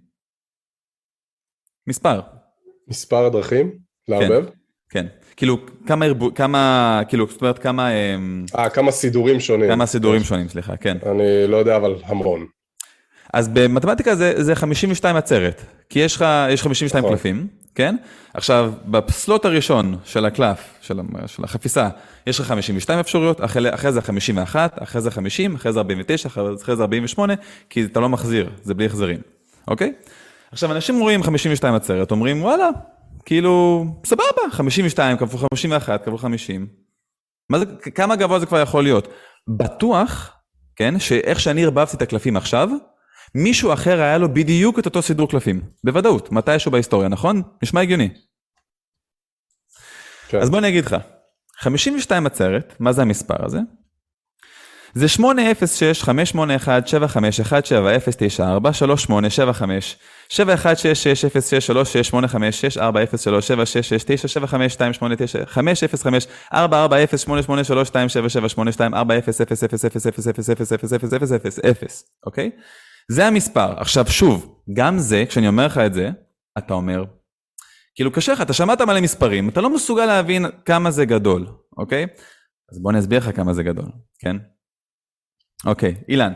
מספר. מספר הדרכים? לערבב? כן, כן. כאילו, כמה, כמה, כאילו, זאת אומרת, כמה... אה, כמה סידורים שונים. כמה סידורים שונים, סליחה, כן. אני לא יודע, אבל המון. אז במתמטיקה זה, זה חמישים ושתיים עצרת, כי יש לך, יש חמישים ושתיים נכון. קלפים, כן? עכשיו, בפסלוט הראשון של הקלף, של, של החפיסה, יש לך חמישים ושתיים אפשרויות, אחרי, אחרי זה חמישים ואחת, אחרי זה חמישים, אחרי זה ארבעים ותשע, אחרי זה ארבעים ושמונה, כי אתה לא מחזיר, זה בלי החזרים, אוקיי? עכשיו, אנשים רואים חמישים ושתיים עצרת, אומרים, וואלה, כאילו, סבבה, חמישים ושתיים, כפול חמישים ואחת, כפול חמישים. מה זה, כמה גבוה זה כבר יכול להיות? בטוח, כן, שאיך שאני הרבבתי את הקלפים עכשיו, מישהו אחר היה לו בדיוק את אותו סידור קלפים. בוודאות, מתישהו בהיסטוריה, נכון? נשמע הגיוני. כן. אז בוא אני אגיד לך, חמישים ושתיים עצרת, מה זה המספר הזה? זה שמונה אפס שש חמש שמונה אחת שבע חמש אחת שבע אפס תשע ארבע שלוש שמונה שבע חמש שבע אחת שש שש אפס שש שלוש שש שמונה חמש שש ארבע אפס שלוש שבע שש שש תשע שבע חמש שתיים שמונה תשע חמש אפס חמש ארבע ארבע אפס שמונה שמונה שלוש שתיים שבע שבע שמונה שתיים ארבע אפס אפס אפס אפס אפס אפס אפס אפס אפס אפס אפס אפס, אוקיי? זה המספר. עכשיו שוב, גם זה, כשאני אומר לך את זה, אתה אומר, כאילו קשה לך, אתה שמעת מלא מספרים, אתה לא מסוגל להבין כמה זה גדול, אוקיי? אז בוא נסביר לך כמה זה גדול, כן? אוקיי, אילן.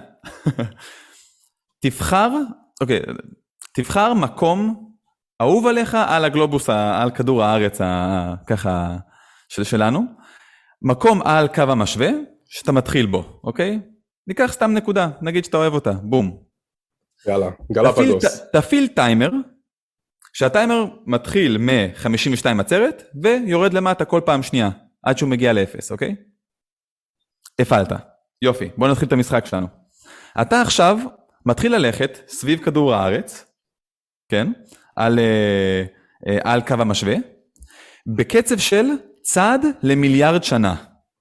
תבחר, אוקיי, תבחר מקום אהוב עליך על הגלובוס, על כדור הארץ, ככה, של שלנו, מקום על קו המשווה, שאתה מתחיל בו, אוקיי? ניקח סתם נקודה, נגיד שאתה אוהב אותה, בום. יאללה, גלפגוס. תפעיל טיימר, שהטיימר מתחיל מ-חמישים ושתיים עצרת, ויורד למטה כל פעם שנייה, עד שהוא מגיע לאפס, אוקיי? הפעלת. יופי, בוא נתחיל את המשחק שלנו. אתה עכשיו מתחיל ללכת סביב כדור הארץ, כן? על, על קו המשווה, בקצב של צעד למיליארד שנה.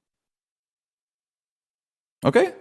אוקיי?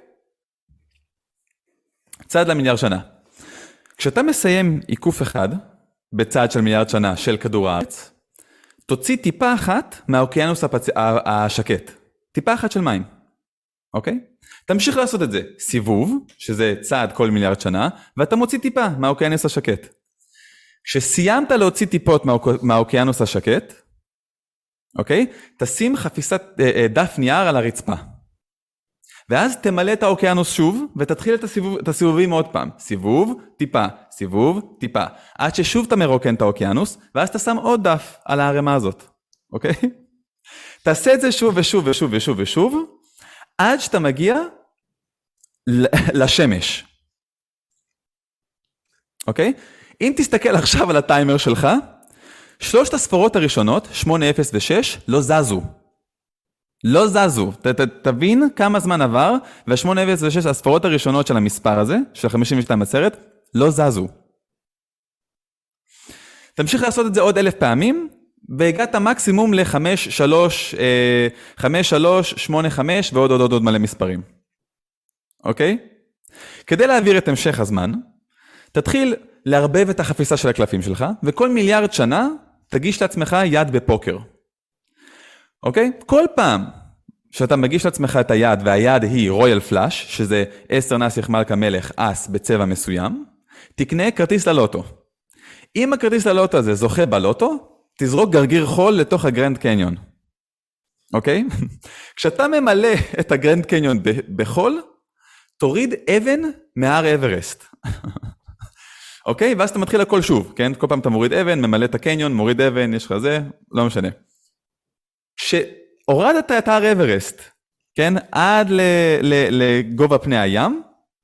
צעד למיליארד שנה. כשאתה מסיים עיקוף אחד, בצעד של מיליארד שנה של כדור הארץ, תוציא טיפה אחת מהאוקיינוס הפצ... השקט. טיפה אחת של מים. אוקיי? תמשיך לעשות את זה. סיבוב, שזה צעד כל מיליארד שנה, ואתה מוציא טיפה מהאוקיינוס השקט. כשסיימת להוציא טיפות מהאוק... מהאוקיינוס השקט, אוקיי? תשים חפיסת דף נייר על הרצפה. ואז תמלא את האוקיינוס שוב, ותתחיל את, הסיבוב, את הסיבובים עוד פעם. סיבוב, טיפה, סיבוב, טיפה. עד ששוב אתה מרוקן את האוקיינוס, ואז אתה שם עוד דף על הערימה הזאת. אוקיי? תעשה את זה שוב ושוב ושוב ושוב ושוב, עד שאתה מגיע לשמש. אוקיי? אם תסתכל עכשיו על הטיימר שלך, שלושת הספרות הראשונות, שמונה, אפס ו-שש, לא זזו. לא זזו. ת, ת, תבין כמה זמן עבר, וה-שמונה, אפס ו-שש, הספרות הראשונות של המספר הזה, של חמישים ושתיים עצרת, לא זזו. תמשיך לעשות את זה עוד אלף פעמים, והגעת מקסימום ל-חמש, שלוש, חמש, שלוש, שמונה, חמש, ועוד עוד עוד עוד מלא מספרים. אוקיי? כדי להעביר את המשך הזמן, תתחיל לערבב את החפיסה של הקלפים שלך, וכל מיליארד שנה תגיש לעצמך יד בפוקר. אוקיי? כל פעם שאתה מגיש לעצמך את היד, והיד היא רויאל פלאש, שזה עשר נסיך מלכה מלך אס בצבע מסוים, תקנה כרטיס ללוטו. אם הכרטיס ללוטו הזה זוכה בלוטו, תזרוק גרגיר חול לתוך הגרנד קניון. אוקיי? כשאתה ממלא את הגרנד קניון בחול, תוריד אבן מהר אברסט. אוקיי? ואז אתה מתחיל הכל שוב, כן? כל פעם אתה מוריד אבן, ממלא את הקניון, מוריד אבן, יש לך זה, לא משנה. הורדת את הר אברסט, כן? עד לגובה פני הים,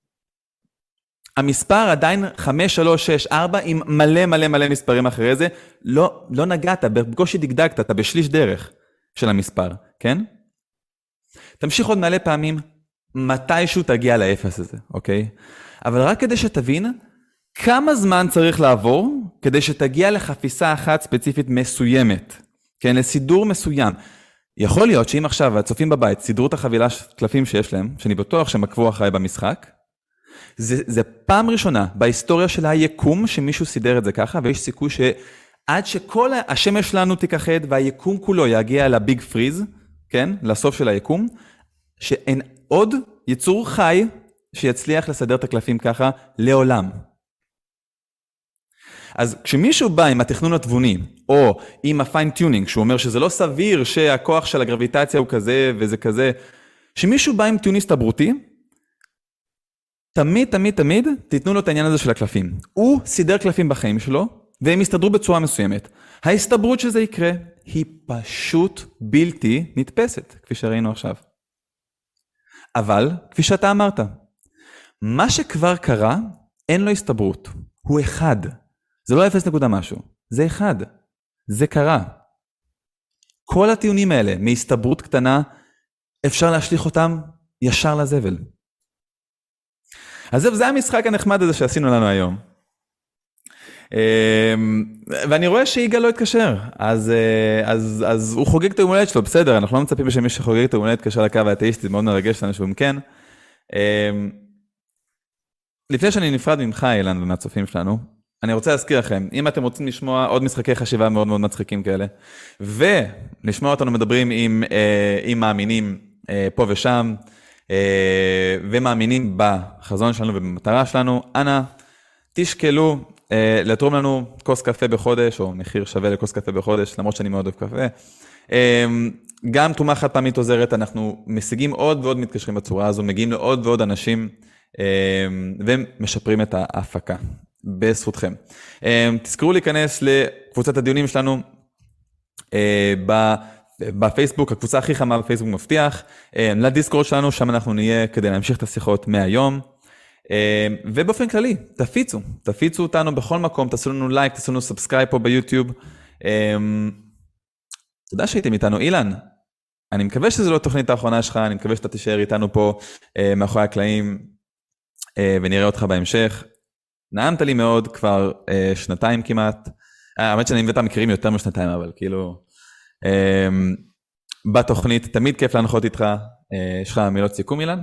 המספר עדיין חמש, שלוש, שש, ארבע, עם מלא מלא מלא מספרים אחרי זה, לא, לא נגעת, בקושי דגדגת, אתה בשליש דרך של המספר, כן? תמשיך עוד מלא פעמים, מתישהו תגיע לאפס הזה, אוקיי? אבל רק כדי שתבין, כמה זמן צריך לעבור, כדי שתגיע לחפיסה אחת ספציפית מסוימת, כן? לסידור מסוים. יכול להיות שאם עכשיו הצופים בבית סידרו את החבילה קלפים שיש להם, שאני בטוח שהם עקבו אחריי במשחק, זה, זה פעם ראשונה בהיסטוריה של היקום שמישהו סידר את זה ככה, ויש סיכוי שעד שכל השמש שלנו תיכחד והיקום כולו יגיע לביג פריז, כן? לסוף של היקום, שאין עוד יצור חי שיצליח לסדר את הקלפים ככה לעולם. אז כשמישהו בא עם התכנון התבוני, או עם הפיין-טיונינג, שהוא אומר שזה לא סביר שהכוח של הגרביטציה הוא כזה וזה כזה, שמישהו בא עם טיון הסתברותי, תמיד, תמיד, תמיד, תיתנו לו את העניין הזה של הקלפים. הוא סידר קלפים בחיים שלו, והם הסתדרו בצורה מסוימת. ההסתברות שזה יקרה, היא פשוט בלתי נתפסת, כפי שראינו עכשיו. אבל, כפי שאתה אמרת, מה שכבר קרה, אין לו הסתברות. הוא אחד. זה לא אפס נקודה משהו. זה אחד. זה קרה. כל הטיעונים האלה, מהסתברות קטנה, אפשר להשליך אותם ישר לזבל. אז זה המשחק הנחמד הזה שעשינו לנו היום. ואני רואה שיגאל לא התקשר, אז, אז, אז הוא חוגג את היום הולדת שלו, בסדר, אנחנו לא מצפים שמי שחוגג את היום הולדת יתקשר לקו האתאיסטי, זה מאוד מרגש לנו שהוא כן. לפני שאני נפרד ממך, אילן, ומהצופים שלנו, אני רוצה להזכיר לכם, אם אתם רוצים לשמוע עוד משחקי חשיבה מאוד מאוד מצחיקים כאלה, ולשמוע אותנו מדברים עם, עם מאמינים פה ושם, ומאמינים בחזון שלנו ובמטרה שלנו, אנא, תשקלו לתרום לנו כוס קפה בחודש, או מחיר שווה לכוס קפה בחודש, למרות שאני מאוד אוהב קפה. גם תרומה חד פעמית עוזרת, אנחנו משיגים עוד ועוד מתקשרים בצורה הזו, מגיעים לעוד ועוד אנשים, ומשפרים את ההפקה, בזכותכם. תזכרו להיכנס לקבוצת הדיונים שלנו, בפייסבוק, הקבוצה הכי חמה בפייסבוק מבטיח, לדיסקורד שלנו, שם אנחנו נהיה כדי להמשיך את השיחות מהיום, ובאופן כללי, תפיצו, תפיצו אותנו בכל מקום, תעשו לנו לייק, תעשו לנו סאבסקרייב פה ביוטיוב. תודה שהייתם איתנו, אילן. אני מקווה שזו לא התוכנית האחרונה שלך, אני מקווה שאתה תישאר איתנו פה מאחורי הקלעים, ונראה אותך בהמשך. נעמת לי מאוד כבר שנתיים כמעט, האמת שאני ואתה מכירים יותר משנתיים, אבל כאילו, בתוכנית, תמיד כיף להנחות איתך. יש לך מילות סיכום, אילן?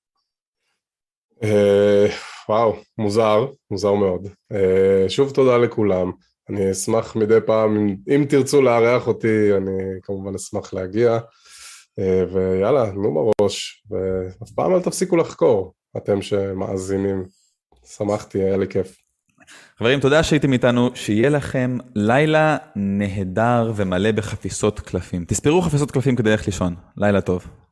וואו, מוזר, מוזר מאוד. שוב תודה לכולם. אני אשמח מדי פעם, אם תרצו לארח אותי, אני כמובן אשמח להגיע. ויאללה, נו בראש. ואף פעם אל תפסיקו לחקור, אתם שמאזינים. שמחתי, היה לי כיף. חברים, תודה שהייתם איתנו, שיהיה לכם לילה נהדר ומלא בחפיסות קלפים. תספרו חפיסות קלפים כדי ללכת לישון. לילה טוב.